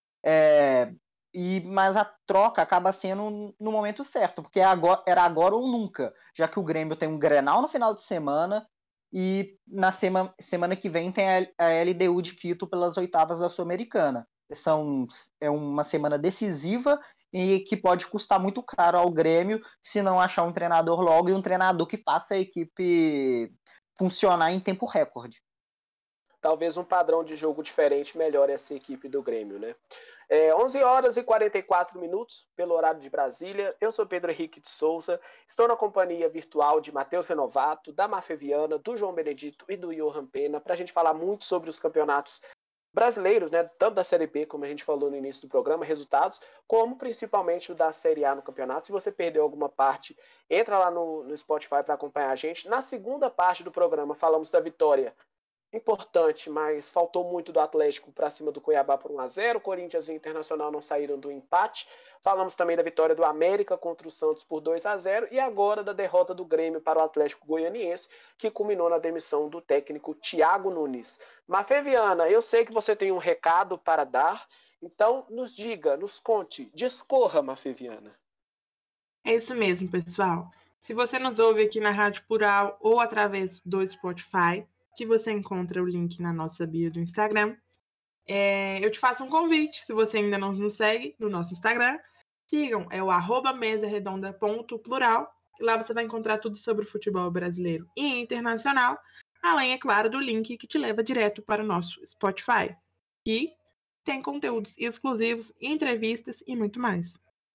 Mas a troca acaba sendo no momento certo, porque era agora ou nunca, já que o Grêmio tem um Grenal no final de semana e na semana que vem tem a LDU de Quito pelas oitavas da Sul-Americana. É uma semana decisiva e que pode custar muito caro ao Grêmio se não achar um treinador logo, e um treinador que faça a equipe funcionar em tempo recorde. Talvez um padrão de jogo diferente melhore essa equipe do Grêmio, né? 11h44 pelo horário de Brasília. Eu sou Pedro Henrique de Souza, estou na companhia virtual de Matheus Renovato, da Mafê Viana, do João Benedito e do Johan Pena, para a gente falar muito sobre os campeonatos brasileiros, né, tanto da Série B, como a gente falou no início do programa, resultados, como principalmente o da Série A no campeonato. Se você perdeu alguma parte, entra lá no Spotify para acompanhar a gente. Na segunda parte do programa, falamos da vitória importante, mas faltou muito do Atlético para cima do Cuiabá por 1-0. Corinthians e Internacional não saíram do empate. Falamos também da vitória do América contra o Santos por 2-0 e agora da derrota do Grêmio para o Atlético Goianiense, que culminou na demissão do técnico Thiago Nunes. Mafê Viana, eu sei que você tem um recado para dar, então nos diga, nos conte, discorra, Mafê Viana. É isso mesmo, pessoal. Se você nos ouve aqui na Rádio Plural ou através do Spotify, que você encontra o link na nossa bio do Instagram, eu te faço um convite, se você ainda não nos segue no nosso Instagram, sigam, é o @mesaredonda.plural, e lá você vai encontrar tudo sobre o futebol brasileiro e internacional, além, é claro, do link que te leva direto para o nosso Spotify, que tem conteúdos exclusivos, entrevistas e muito mais.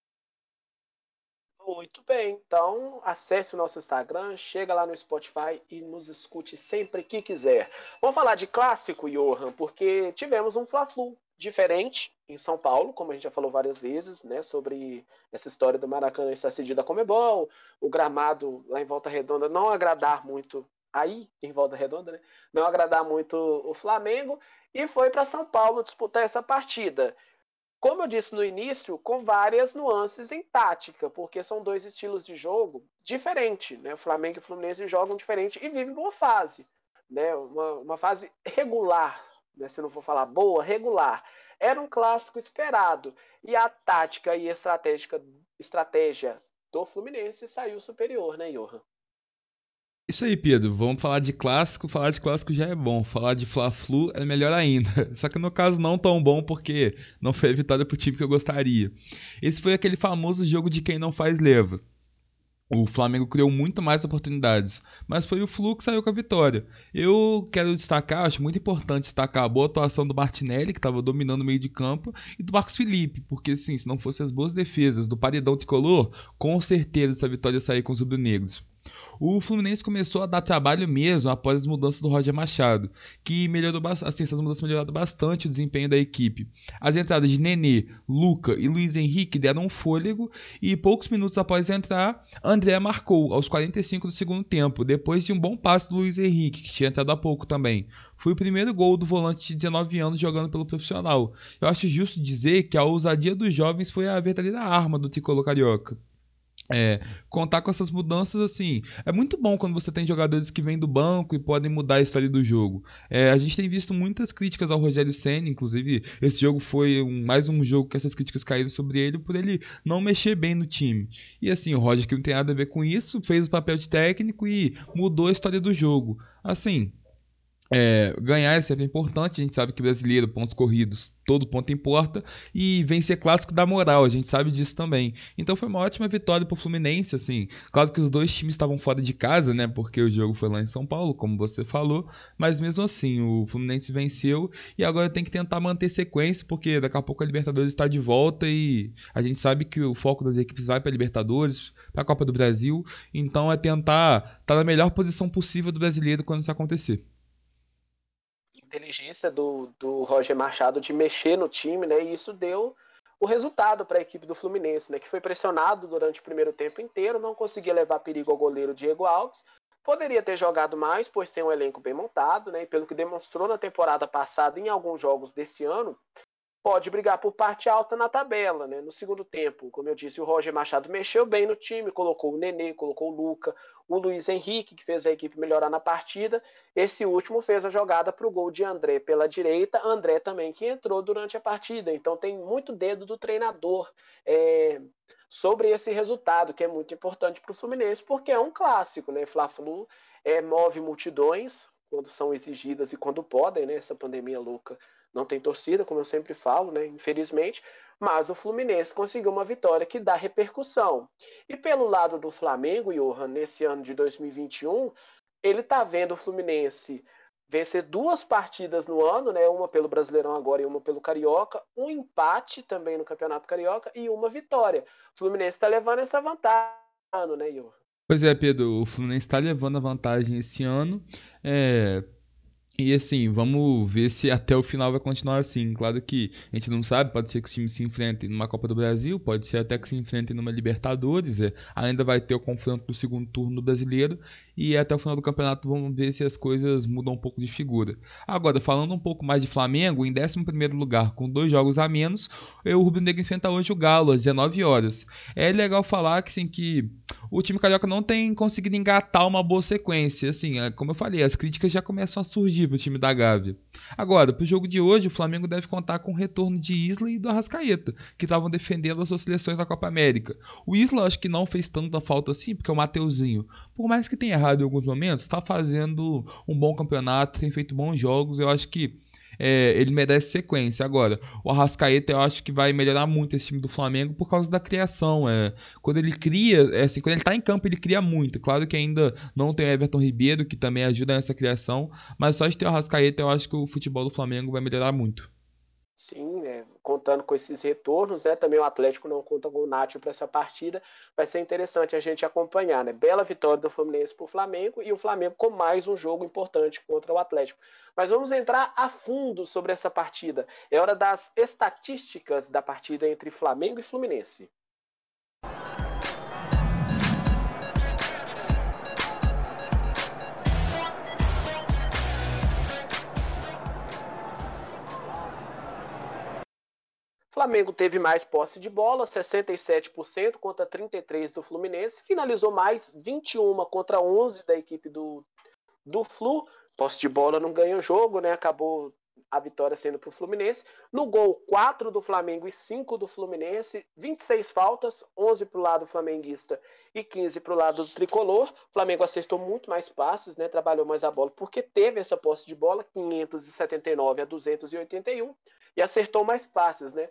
Muito bem, então acesse o nosso Instagram, chega lá no Spotify e nos escute sempre que quiser. Vamos falar de clássico, Johan, porque tivemos um Fla-Flu diferente em São Paulo, como a gente já falou várias vezes, né, sobre essa história do Maracanã estar cedido à Conmebol, o gramado lá em Volta Redonda não agradar muito, aí em Volta Redonda, né, não agradar muito o Flamengo, e foi para São Paulo disputar essa partida. Como eu disse no início, com várias nuances em tática, porque são dois estilos de jogo diferentes, né? O Flamengo e o Fluminense jogam diferente e vivem uma fase, né? Uma fase regular, né? Se não for falar boa, regular. Era um clássico esperado e a tática e a estratégia do Fluminense saiu superior, né, Johan? Isso aí, Pedro. Vamos falar de clássico. Falar de clássico já é bom. Falar de Fla-Flu é melhor ainda. Só que no caso não tão bom porque não foi a vitória pro time que eu gostaria. Esse foi aquele famoso jogo de quem não faz leva. O Flamengo criou muito mais oportunidades, mas foi o Flu que saiu com a vitória. Eu quero destacar, acho muito importante destacar a boa atuação do Martinelli, que estava dominando o meio de campo, e do Marcos Felipe, porque assim, se não fossem as boas defesas do paredão tricolor, com certeza essa vitória ia sair com os rubro-negros. O Fluminense começou a dar trabalho mesmo após as mudanças do Roger Machado, que melhorou assim, essas mudanças melhoraram bastante o desempenho da equipe. As entradas de Nenê, Luca e Luiz Henrique deram um fôlego e poucos minutos após entrar, André marcou aos 45 do segundo tempo, depois de um bom passe do Luiz Henrique, que tinha entrado há pouco também. Foi o primeiro gol do volante de 19 anos jogando pelo profissional. Eu acho justo dizer que a ousadia dos jovens foi a verdadeira arma do tricolor carioca. Contar com essas mudanças, assim, é muito bom quando você tem jogadores que vêm do banco e podem mudar a história do jogo. A gente tem visto muitas críticas ao Rogério Ceni, inclusive esse jogo foi mais um jogo que essas críticas caíram sobre ele por ele não mexer bem no time. E assim, o Roger, que não tem nada a ver com isso, fez o papel de técnico e mudou a história do jogo. Assim, ganhar é sempre importante, a gente sabe que brasileiro, pontos corridos, todo ponto importa, e vencer clássico dá moral, a gente sabe disso também. Então foi uma ótima vitória pro Fluminense, assim, claro que os dois times estavam fora de casa, né, porque o jogo foi lá em São Paulo, como você falou, mas mesmo assim, o Fluminense venceu e agora tem que tentar manter sequência, porque daqui a pouco a Libertadores está de volta e a gente sabe que o foco das equipes vai para a Libertadores, para a Copa do Brasil, então é tentar estar na melhor posição possível do brasileiro quando isso acontecer. Inteligência do Roger Machado de mexer no time, né? E isso deu o resultado para a equipe do Fluminense, né? Que foi pressionado durante o primeiro tempo inteiro, não conseguia levar perigo ao goleiro Diego Alves. Poderia ter jogado mais, pois tem um elenco bem montado, né? E pelo que demonstrou na temporada passada em alguns jogos desse ano, pode brigar por parte alta na tabela, né? No segundo tempo, como eu disse, o Roger Machado mexeu bem no time, colocou o Nenê, colocou o Luca, o Luiz Henrique, que fez a equipe melhorar na partida. Esse último fez a jogada para o gol de André pela direita, André também que entrou durante a partida. Então tem muito dedo do treinador sobre esse resultado, que é muito importante para o Fluminense, porque é um clássico, né? Fla-Flu move multidões quando são exigidas e quando podem, né? Essa pandemia louca não tem torcida, como eu sempre falo, né? Infelizmente, mas o Fluminense conseguiu uma vitória que dá repercussão. E pelo lado do Flamengo, Johan, nesse ano de 2021, ele tá vendo o Fluminense vencer duas partidas no ano, né? Uma pelo Brasileirão agora e uma pelo Carioca, um empate também no Campeonato Carioca e uma vitória. O Fluminense está levando essa vantagem, né, Johan? Pois é, Pedro, o Fluminense está levando a vantagem esse ano. E assim, vamos ver se até o final vai continuar assim. Claro que a gente não sabe, pode ser que os times se enfrentem numa Copa do Brasil, pode ser até que se enfrentem numa Libertadores. Ainda vai ter o confronto do segundo turno do Brasileiro e até o final do campeonato vamos ver se as coisas mudam um pouco de figura. Agora, falando um pouco mais de Flamengo, em 11º lugar, com 2 jogos a menos, o Rubro Negro enfrenta hoje o Galo, às 19 horas. É legal falar que, assim, que o time carioca não tem conseguido engatar uma boa sequência. Assim, como eu falei, as críticas já começam a surgir pro time da Gávea. Agora, pro jogo de hoje, o Flamengo deve contar com o retorno de Isla e do Arrascaeta, que estavam defendendo as suas seleções da Copa América. O Isla acho que não fez tanta falta assim, porque o Mateuzinho, por mais que tenha errado em alguns momentos, está fazendo um bom campeonato, tem feito bons jogos. Eu acho que ele merece sequência. Agora, o Arrascaeta eu acho que vai melhorar muito esse time do Flamengo por causa da criação. Quando ele cria, assim, quando ele tá em campo, ele cria muito. Claro que ainda não tem o Everton Ribeiro, que também ajuda nessa criação, mas só de ter o Arrascaeta eu acho que o futebol do Flamengo vai melhorar muito. Sim, contando com esses retornos, também o Atlético não conta com o Nacho para essa partida. Vai ser interessante a gente acompanhar, né? Bela vitória do Fluminense para o Flamengo e o Flamengo com mais um jogo importante contra o Atlético. Mas vamos entrar a fundo sobre essa partida. É hora das estatísticas da partida entre Flamengo e Fluminense. Flamengo teve mais posse de bola, 67% contra 33% do Fluminense. Finalizou mais, 21 contra 11 da equipe do Flu. Posse de bola não ganha o jogo, né? Acabou a vitória sendo para o Fluminense. No gol, 4 do Flamengo e 5 do Fluminense. 26 faltas, 11 para o lado flamenguista e 15 para o lado do tricolor. O Flamengo acertou muito mais passes, né? Trabalhou mais a bola porque teve essa posse de bola, 579 a 281. E acertou mais passes, né?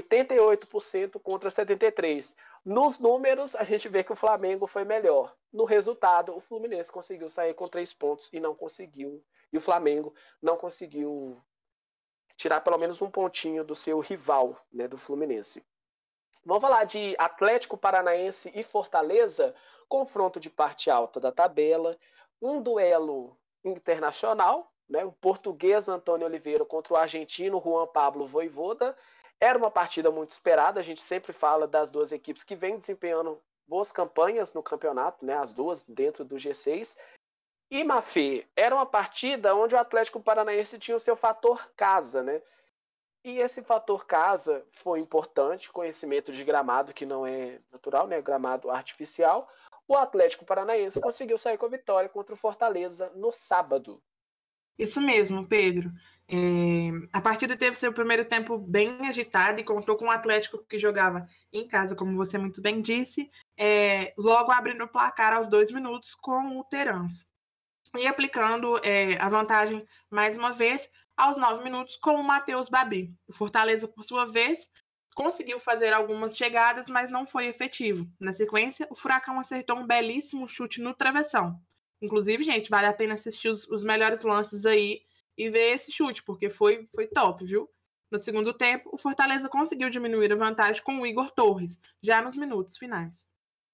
88% contra 73%. Nos números, a gente vê que o Flamengo foi melhor. No resultado, o Fluminense conseguiu sair com 3 pontos e não conseguiu. E o Flamengo não conseguiu tirar pelo menos um pontinho do seu rival, né, do Fluminense. Vamos falar de Atlético Paranaense e Fortaleza, confronto de parte alta da tabela, um duelo internacional, né, o português Antônio Oliveira contra o argentino Juan Pablo Vojvoda. Era uma partida muito esperada, a gente sempre fala das duas equipes que vêm desempenhando boas campanhas no campeonato, né, as duas dentro do G6. E, Mafê, era uma partida onde o Atlético Paranaense tinha o seu fator casa, né? E esse fator casa foi importante, conhecimento de gramado que não é natural, né? Gramado artificial. O Atlético Paranaense conseguiu sair com a vitória contra o Fortaleza no sábado. Isso mesmo, Pedro. A partida teve seu primeiro tempo bem agitado e contou com o Atlético que jogava em casa, como você muito bem disse, logo abrindo o placar aos 2 minutos com o Terans. E aplicando a vantagem mais uma vez aos 9 minutos com o Matheus Babi. O Fortaleza, por sua vez, conseguiu fazer algumas chegadas, mas não foi efetivo. Na sequência, o Furacão acertou um belíssimo chute no travessão. Inclusive, gente, vale a pena assistir os melhores lances aí e ver esse chute, porque foi top, viu? No segundo tempo, o Fortaleza conseguiu diminuir a vantagem com o Igor Torres, já nos minutos finais.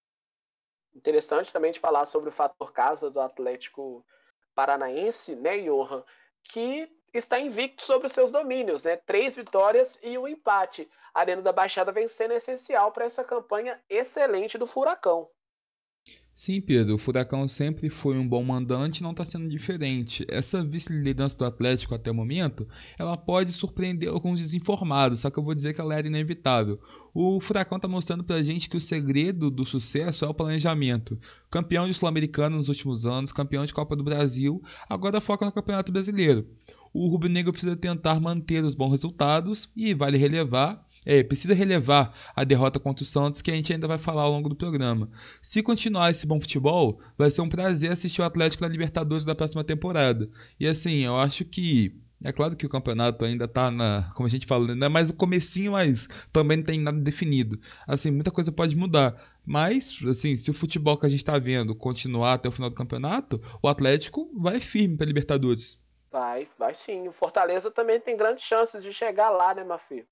Interessante também de falar sobre o fator casa do Atlético Paranaense, né, Johan, que está invicto sobre os seus domínios, né? 3 vitórias e um empate. A Arena da Baixada vem sendo essencial para essa campanha excelente do Furacão. Sim, Pedro, o Furacão sempre foi um bom mandante e não está sendo diferente. Essa vice-liderança do Atlético até o momento, ela pode surpreender alguns desinformados, só que eu vou dizer que ela era inevitável. O Furacão está mostrando pra gente que o segredo do sucesso é o planejamento. Campeão de Sul-Americano nos últimos anos, campeão de Copa do Brasil, agora foca no Campeonato Brasileiro. O rubro-negro precisa tentar manter os bons resultados e precisa relevar a derrota contra o Santos, que a gente ainda vai falar ao longo do programa. Se continuar esse bom futebol, vai ser um prazer assistir o Atlético na Libertadores da próxima temporada. E assim, eu acho que é claro que o campeonato ainda tá como a gente fala, ainda é mais o comecinho, mas também não tem nada definido. Assim, muita coisa pode mudar. Mas, assim, se o futebol que a gente tá vendo continuar até o final do campeonato, o Atlético vai firme pra Libertadores. Vai sim. O Fortaleza também tem grandes chances de chegar lá, né, Mafê?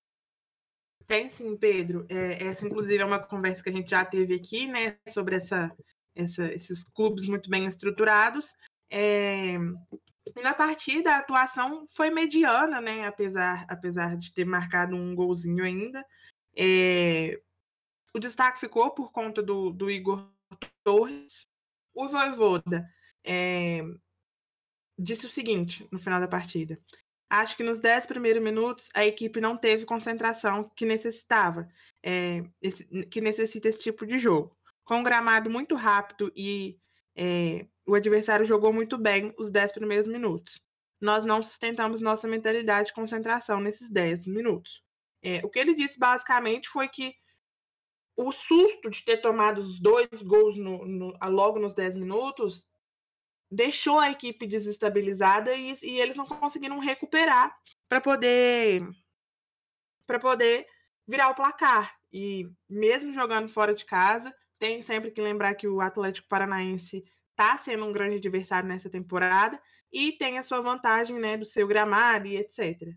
Tem sim, Pedro. Essa, inclusive, é uma conversa que a gente já teve aqui, né, sobre esses clubes muito bem estruturados. E na partida, a atuação foi mediana, né? Apesar de ter marcado um golzinho ainda. O destaque ficou por conta do Igor Torres. O Vojvoda disse o seguinte no final da partida: acho que nos 10 primeiros minutos a equipe não teve concentração que necessitava, que necessita esse tipo de jogo. Com um gramado muito rápido e o adversário jogou muito bem os 10 primeiros minutos. Nós não sustentamos nossa mentalidade de concentração nesses 10 minutos. O que ele disse basicamente foi que o susto de ter tomado os 2 gols logo nos 10 minutos deixou a equipe desestabilizada e eles não conseguiram recuperar para poder virar o placar. E mesmo jogando fora de casa, tem sempre que lembrar que o Atlético Paranaense está sendo um grande adversário nessa temporada e tem a sua vantagem, né, do seu gramado e etc.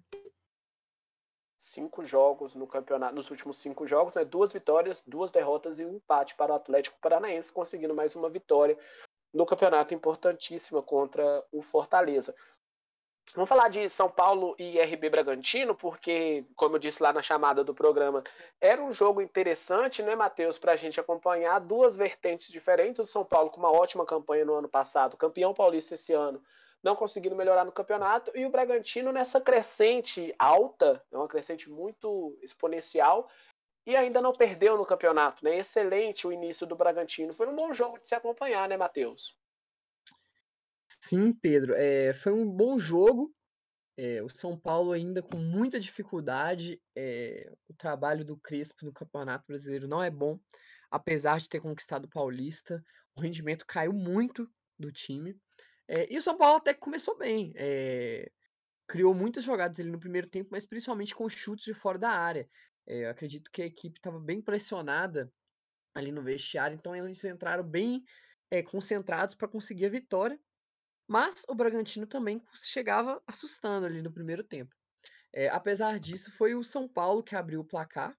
5 jogos no campeonato, nos últimos 5 jogos, né, 2 vitórias, 2 derrotas e um empate para o Atlético Paranaense, conseguindo mais uma vitória no campeonato importantíssima contra o Fortaleza. Vamos falar de São Paulo e RB Bragantino, porque, como eu disse lá na chamada do programa, era um jogo interessante, né, Matheus, para a gente acompanhar duas vertentes diferentes. O São Paulo com uma ótima campanha no ano passado, campeão paulista esse ano, não conseguindo melhorar no campeonato, e o Bragantino nessa crescente alta, uma crescente muito exponencial, e ainda não perdeu no campeonato, né? Excelente o início do Bragantino. Foi um bom jogo de se acompanhar, né, Matheus? Sim, Pedro, foi um bom jogo. O São Paulo ainda com muita dificuldade. O trabalho do Crespo no Campeonato Brasileiro não é bom, apesar de ter conquistado o Paulista. O rendimento caiu muito do time. E o São Paulo até que começou bem. Criou muitas jogadas ali no primeiro tempo, mas principalmente com chutes de fora da área. Eu acredito que a equipe estava bem pressionada ali no vestiário, então eles entraram bem concentrados para conseguir a vitória. Mas o Bragantino também chegava assustando ali no primeiro tempo. Apesar disso, foi o São Paulo que abriu o placar.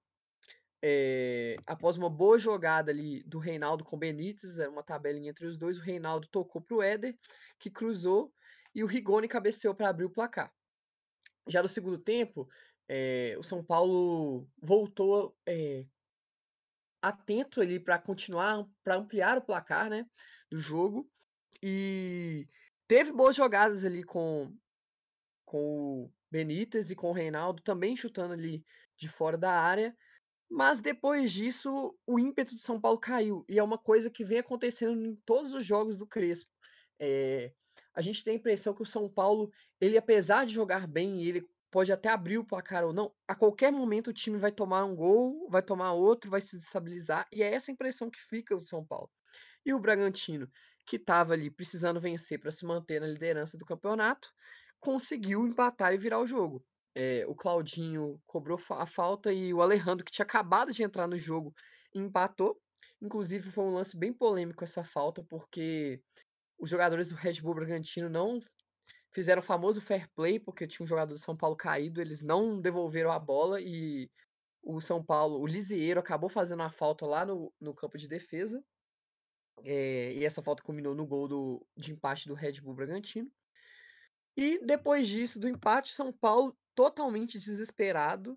Após uma boa jogada ali do Reinaldo com o Benítez, era uma tabelinha entre os dois, o Reinaldo tocou para o Éder, que cruzou, e o Rigoni cabeceou para abrir o placar. Já no segundo tempo, o São Paulo voltou atento ali para continuar, para ampliar o placar, né, do jogo, e teve boas jogadas ali com o Benítez e com o Reinaldo também chutando ali de fora da área, mas depois disso o ímpeto do São Paulo caiu, e é uma coisa que vem acontecendo em todos os jogos do Crespo. A gente tem a impressão que o São Paulo, ele apesar de jogar bem, ele pode até abrir o placar ou não, a qualquer momento o time vai tomar um gol, vai tomar outro, vai se destabilizar, e é essa impressão que fica do São Paulo. E o Bragantino, que estava ali precisando vencer para se manter na liderança do campeonato, conseguiu empatar e virar o jogo. O Claudinho cobrou a falta e o Alejandro, que tinha acabado de entrar no jogo, empatou. Inclusive, foi um lance bem polêmico essa falta, porque os jogadores do Red Bull Bragantino não fizeram o famoso fair play, porque tinha um jogador do São Paulo caído, eles não devolveram a bola e o São Paulo, o Lisieiro, acabou fazendo a falta lá no campo de defesa. E essa falta culminou no gol de empate do Red Bull Bragantino. E depois disso, do empate, São Paulo totalmente desesperado,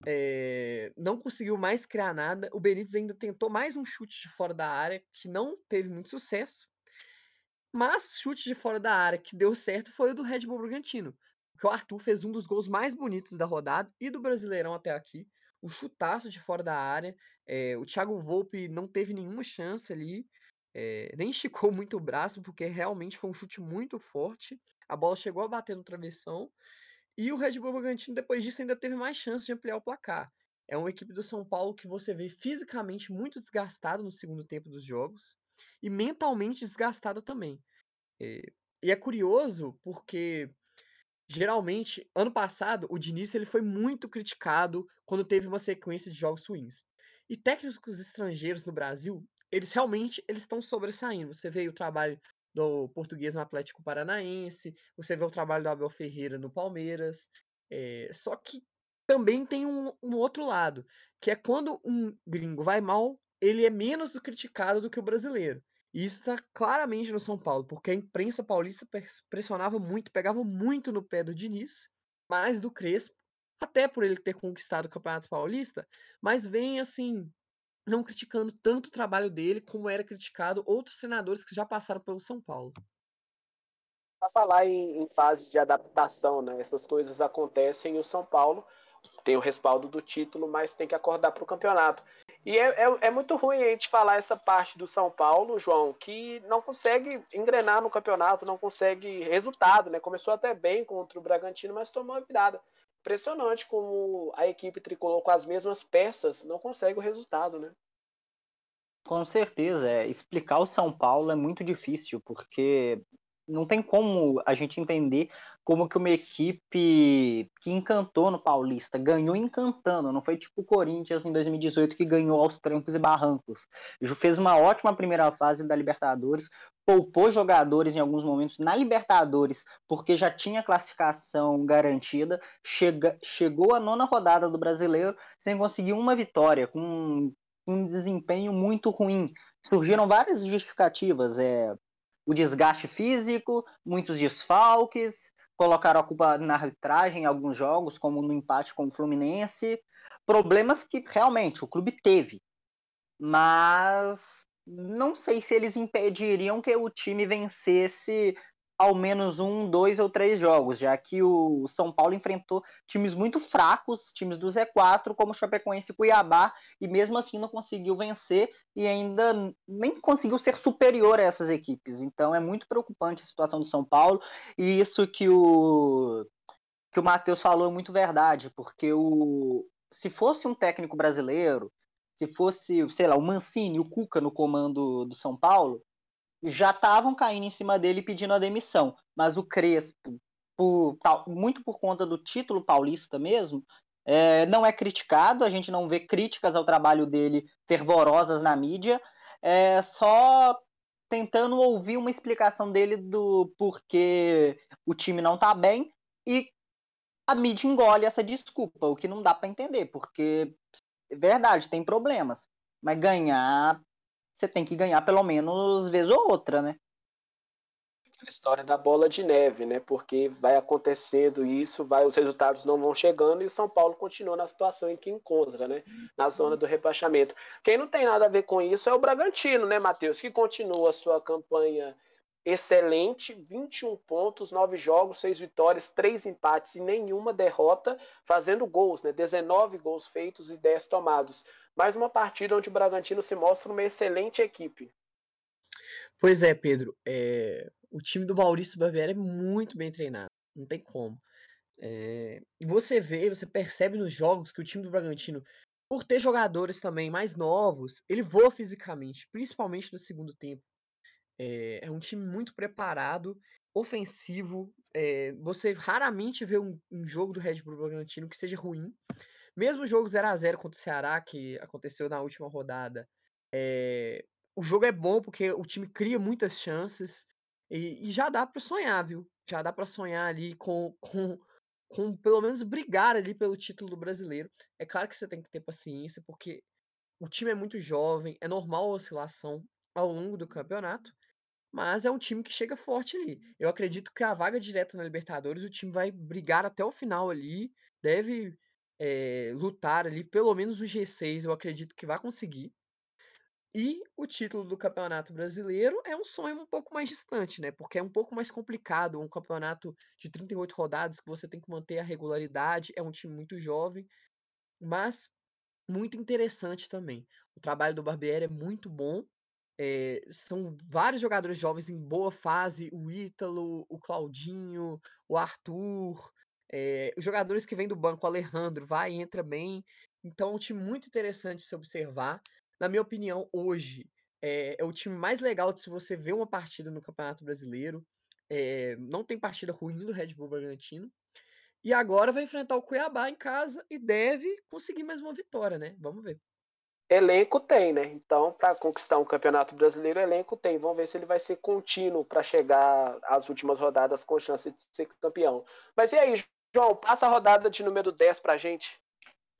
não conseguiu mais criar nada. O Benítez ainda tentou mais um chute de fora da área, que não teve muito sucesso. Mas chute de fora da área que deu certo foi o do Red Bull Bragantino, porque o Arthur fez um dos gols mais bonitos da rodada e do Brasileirão até aqui. O chutaço de fora da área. O Thiago Volpe não teve nenhuma chance ali, nem esticou muito o braço, porque realmente foi um chute muito forte. A bola chegou a bater no travessão. E o Red Bull Bragantino, depois disso, ainda teve mais chance de ampliar o placar. É uma equipe do São Paulo que você vê fisicamente muito desgastada no segundo tempo dos jogos e mentalmente desgastada também. E é curioso porque, geralmente, ano passado, o Diniz ele foi muito criticado quando teve uma sequência de jogos ruins. E técnicos estrangeiros no Brasil, eles realmente estão sobressaindo. Você vê o trabalho do Português no Atlético Paranaense, você vê o trabalho do Abel Ferreira no Palmeiras. Só que também tem um outro lado, que é quando um gringo vai mal, ele é menos criticado do que o brasileiro. E isso está claramente no São Paulo, porque a imprensa paulista pressionava muito, pegava muito no pé do Diniz, mais do Crespo, até por ele ter conquistado o Campeonato Paulista, mas vem assim, não criticando tanto o trabalho dele como era criticado outros senadores que já passaram pelo São Paulo. Para falar em fase de adaptação, né? Essas coisas acontecem e o São Paulo tem o respaldo do título, mas tem que acordar para o campeonato. E é muito ruim a gente falar essa parte do São Paulo, João, que não consegue engrenar no campeonato, não consegue resultado, né? Começou até bem contra o Bragantino, mas tomou uma virada. Impressionante como a equipe tricolor com as mesmas peças não consegue o resultado, né? Com certeza, explicar o São Paulo é muito difícil, porque não tem como a gente entender como que uma equipe que encantou no Paulista, ganhou encantando, não foi tipo o Corinthians em 2018 que ganhou aos trancos e barrancos. Fez uma ótima primeira fase da Libertadores, poupou jogadores em alguns momentos na Libertadores, porque já tinha classificação garantida, chegou à 9ª rodada do Brasileiro sem conseguir uma vitória, com um desempenho muito ruim. Surgiram várias justificativas, o desgaste físico, muitos desfalques, colocaram a culpa na arbitragem em alguns jogos, como no empate com o Fluminense, problemas que realmente o clube teve, mas não sei se eles impediriam que o time vencesse ao menos 1, 2 ou 3 jogos, já que o São Paulo enfrentou times muito fracos, times do Z4, como o Chapecoense e Cuiabá, e mesmo assim não conseguiu vencer e ainda nem conseguiu ser superior a essas equipes. Então é muito preocupante a situação do São Paulo, e isso que o Matheus falou é muito verdade, porque se fosse um técnico brasileiro, se fosse, sei lá, o Mancini, o Cuca no comando do São Paulo, já estavam caindo em cima dele pedindo a demissão. Mas o Crespo, muito por conta do título paulista mesmo, não é criticado, a gente não vê críticas ao trabalho dele fervorosas na mídia, só tentando ouvir uma explicação dele do porquê o time não está bem, e a mídia engole essa desculpa, o que não dá para entender, porque é verdade, tem problemas, mas ganhar, você tem que ganhar pelo menos vez ou outra, né? A história da bola de neve, né? Porque vai acontecendo isso, os resultados não vão chegando e o São Paulo continua na situação em que encontra, né? Na zona do rebaixamento. Quem não tem nada a ver com isso é o Bragantino, né, Matheus? Que continua a sua campanha excelente, 21 pontos, 9 jogos, 6 vitórias, 3 empates e nenhuma derrota, fazendo gols, né? 19 gols feitos e 10 tomados. Mais uma partida onde o Bragantino se mostra uma excelente equipe. Pois é, Pedro. O time do Maurício Barbieri é muito bem treinado. Não tem como. E você percebe nos jogos que o time do Bragantino, por ter jogadores também mais novos, ele voa fisicamente, principalmente no segundo tempo. É um time muito preparado, ofensivo. Você raramente vê um jogo do Red Bull Bragantino que seja ruim. Mesmo o jogo 0-0 contra o Ceará, que aconteceu na última rodada, o jogo é bom porque o time cria muitas chances e já dá para sonhar, viu? Já dá para sonhar ali com pelo menos brigar ali pelo título do brasileiro. É claro que você tem que ter paciência, porque o time é muito jovem, é normal a oscilação ao longo do campeonato, mas é um time que chega forte ali. Eu acredito que a vaga direta na Libertadores, o time vai brigar até o final ali, deve lutar ali, pelo menos o G6, eu acredito que vai conseguir. E o título do Campeonato Brasileiro é um sonho um pouco mais distante, né? Porque é um pouco mais complicado, um campeonato de 38 rodadas que você tem que manter a regularidade, é um time muito jovem, mas muito interessante também. O trabalho do Barbieri é muito bom. São vários jogadores jovens em boa fase, o Ítalo, o Claudinho, o Arthur, os jogadores que vêm do banco, o Alejandro, vai e entra bem. Então é um time muito interessante de se observar. Na minha opinião, hoje é o time mais legal de se você ver uma partida no Campeonato Brasileiro. Não tem partida ruim do Red Bull Bragantino. E agora vai enfrentar o Cuiabá em casa e deve conseguir mais uma vitória, né? Vamos ver. Elenco tem, né? Então, para conquistar um campeonato brasileiro, elenco tem. Vamos ver se ele vai ser contínuo para chegar às últimas rodadas com chance de ser campeão. Mas e aí, João, passa a rodada de número 10 pra gente.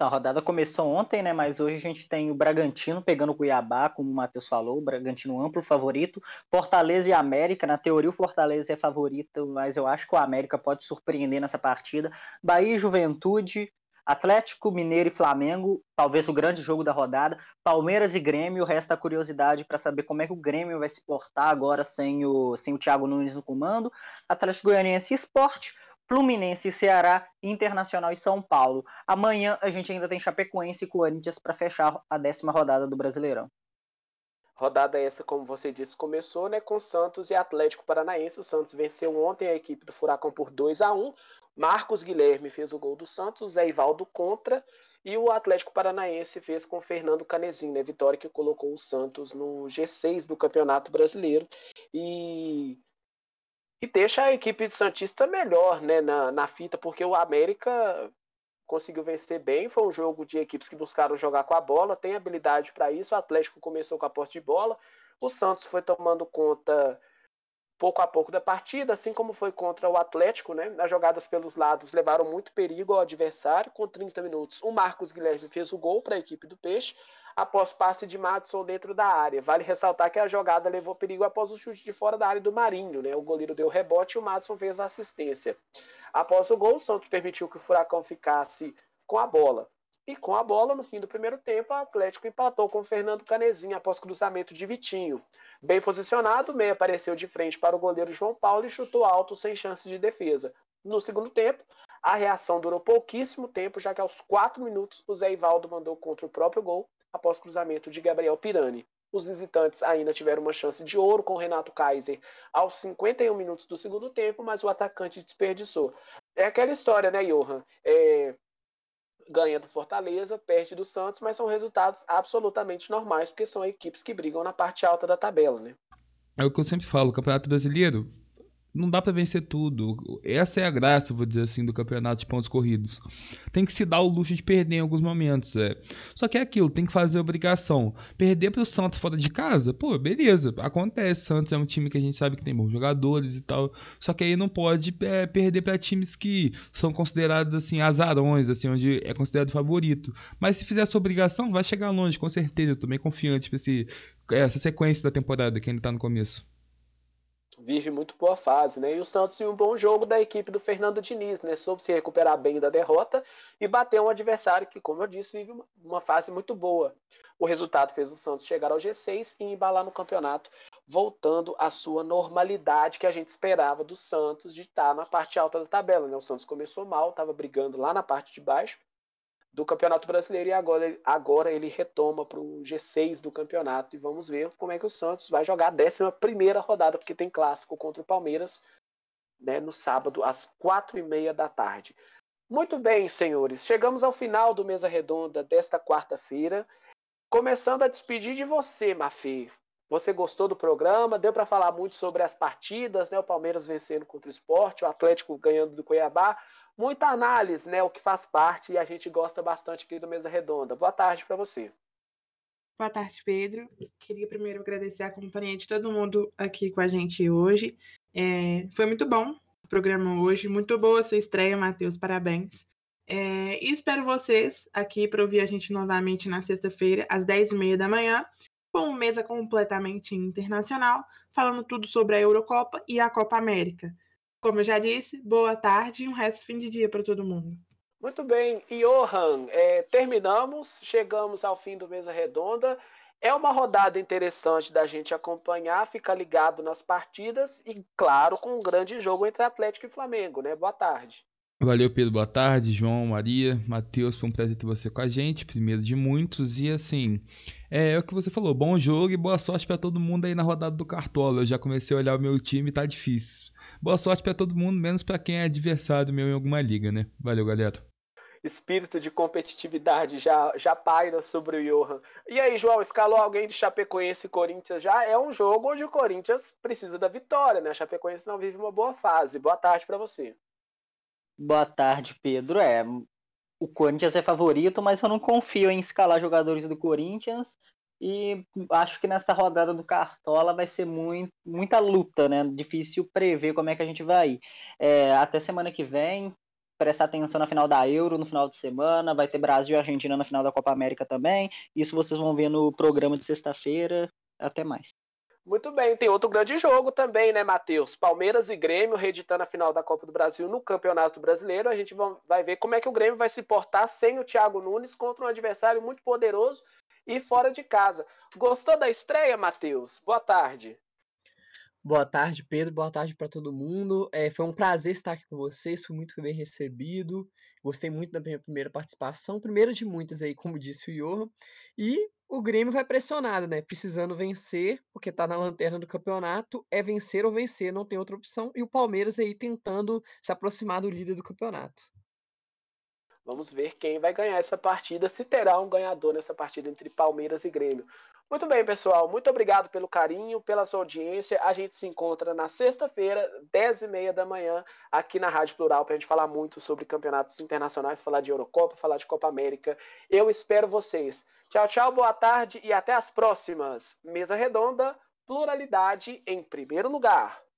Então, a rodada começou ontem, né? Mas hoje a gente tem o Bragantino pegando o Cuiabá, como o Matheus falou, o Bragantino amplo favorito. Fortaleza e América, na teoria o Fortaleza é favorito, mas eu acho que o América pode surpreender nessa partida. Bahia e Juventude, Atlético Mineiro e Flamengo, talvez o grande jogo da rodada. Palmeiras e Grêmio, resta a curiosidade para saber como é que o Grêmio vai se portar agora sem o Thiago Nunes no comando. Atlético Goianiense e Sport, Fluminense e Ceará, Internacional e São Paulo. Amanhã a gente ainda tem Chapecoense e Corinthians para fechar a 10ª rodada do Brasileirão. Rodada essa, como você disse, começou, né, com Santos e Atlético Paranaense. O Santos venceu ontem a equipe do Furacão por 2-1. Marcos Guilherme fez o gol do Santos, Zé Ivaldo contra, e o Atlético Paranaense fez com Fernando Canezinho, né, vitória que colocou o Santos no G6 do Campeonato Brasileiro e deixa a equipe de Santista melhor, né, na fita, porque o América conseguiu vencer bem. Foi um jogo de equipes que buscaram jogar com a bola, tem habilidade para isso. O Atlético começou com a posse de bola, o Santos foi tomando conta pouco a pouco da partida, assim como foi contra o Atlético, né? As jogadas pelos lados levaram muito perigo ao adversário. Com 30 minutos, o Marcos Guilherme fez o gol para a equipe do Peixe, após passe de Madison dentro da área. Vale ressaltar que a jogada levou perigo após o chute de fora da área do Marinho, né? O goleiro deu rebote e o Madison fez a assistência. Após o gol, o Santos permitiu que o Furacão ficasse com a bola. E com a bola, no fim do primeiro tempo, o Atlético empatou com o Fernando Canezinho após cruzamento de Vitinho. Bem posicionado, o meia apareceu de frente para o goleiro João Paulo e chutou alto sem chance de defesa. No segundo tempo, a reação durou pouquíssimo tempo, já que aos 4 minutos o Zé Ivaldo mandou contra o próprio gol após cruzamento de Gabriel Pirani. Os visitantes ainda tiveram uma chance de ouro com o Renato Kaiser aos 51 minutos do segundo tempo, mas o atacante desperdiçou. É aquela história, né, Johan? Ganha do Fortaleza, perde do Santos, mas são resultados absolutamente normais, porque são equipes que brigam na parte alta da tabela, né? É o que eu sempre falo, o Campeonato Brasileiro não dá pra vencer tudo. Essa é a graça, vou dizer assim, do campeonato de pontos corridos. Tem que se dar o luxo de perder em alguns momentos, Só que é aquilo, tem que fazer a obrigação. Perder pro Santos fora de casa, pô, beleza, acontece. Santos é um time que a gente sabe que tem bons jogadores e tal. Só que aí não pode perder pra times que são considerados, assim, azarões, assim, onde é considerado favorito. Mas se fizer essa obrigação, vai chegar longe, com certeza. Eu tô bem confiante pra essa sequência da temporada que ainda tá no começo. Vive muito boa fase, né? E o Santos em um bom jogo da equipe do Fernando Diniz, né? Soube se recuperar bem da derrota e bater um adversário que, como eu disse, vive uma fase muito boa. O resultado fez o Santos chegar ao G6 e embalar no campeonato, voltando à sua normalidade que a gente esperava do Santos de estar na parte alta da tabela, né? O Santos começou mal, estava brigando lá na parte de baixo do Campeonato Brasileiro e agora ele retoma para o G6 do campeonato e vamos ver como é que o Santos vai jogar a 11ª rodada, porque tem clássico contra o Palmeiras, né, no sábado às 4h30 da tarde. Muito bem, senhores, chegamos ao final do Mesa Redonda desta quarta-feira, começando a despedir de você, Mafê. Você gostou do programa? Deu para falar muito sobre as partidas, né? O Palmeiras vencendo contra o Sport, o Atlético ganhando do Cuiabá. Muita análise, né? O que faz parte e a gente gosta bastante aqui do Mesa Redonda. Boa tarde para você. Boa tarde, Pedro. Queria primeiro agradecer a companhia de todo mundo aqui com a gente hoje. Foi muito bom o programa hoje. Muito boa a sua estreia, Matheus. Parabéns. E espero vocês aqui para ouvir a gente novamente na sexta-feira, às 10h30 da manhã, com uma mesa completamente internacional, falando tudo sobre a Eurocopa e a Copa América. Como eu já disse, boa tarde e um resto de fim de dia para todo mundo. Muito bem, Johan, terminamos, chegamos ao fim do Mesa Redonda. É uma rodada interessante da gente acompanhar, ficar ligado nas partidas e, claro, com um grande jogo entre Atlético e Flamengo, né? Boa tarde. Valeu, Pedro. Boa tarde, João, Maria, Matheus. Foi um prazer ter você com a gente, primeiro de muitos. E assim, é o que você falou, bom jogo e boa sorte pra todo mundo aí na rodada do Cartola. Eu já comecei a olhar o meu time e tá difícil. Boa sorte pra todo mundo, menos pra quem é adversário meu em alguma liga, né? Valeu, galera. Espírito de competitividade já paira sobre o Johan. E aí, João, escalou alguém de Chapecoense e Corinthians já? É um jogo onde o Corinthians precisa da vitória, né? A Chapecoense não vive uma boa fase. Boa tarde pra você. Boa tarde, Pedro. O Corinthians é favorito, mas eu não confio em escalar jogadores do Corinthians e acho que nessa rodada do Cartola vai ser muita luta, né? Difícil prever como é que a gente vai ir. Até semana que vem, prestar atenção na final da Euro no final de semana, vai ter Brasil e Argentina na final da Copa América também. Isso vocês vão ver no programa de sexta-feira. Até mais. Muito bem, tem outro grande jogo também, né, Matheus? Palmeiras e Grêmio reeditando a final da Copa do Brasil no Campeonato Brasileiro. A gente vai ver como é que o Grêmio vai se portar sem o Thiago Nunes contra um adversário muito poderoso e fora de casa. Gostou da estreia, Matheus? Boa tarde. Boa tarde, Pedro. Boa tarde para todo mundo. Foi um prazer estar aqui com vocês. Fui muito bem recebido. Gostei muito da minha primeira participação. Primeira de muitas aí, como disse o Johan. E o Grêmio vai pressionado, né? Precisando vencer, porque tá na lanterna do campeonato. É vencer ou vencer, não tem outra opção. E o Palmeiras aí tentando se aproximar do líder do campeonato. Vamos ver quem vai ganhar essa partida, se terá um ganhador nessa partida entre Palmeiras e Grêmio. Muito bem, pessoal. Muito obrigado pelo carinho, pela sua audiência. A gente se encontra na sexta-feira, 10h30 da manhã, aqui na Rádio Plural, para a gente falar muito sobre campeonatos internacionais, falar de Eurocopa, falar de Copa América. Eu espero vocês. Tchau, tchau, boa tarde e até as próximas. Mesa Redonda, pluralidade em primeiro lugar.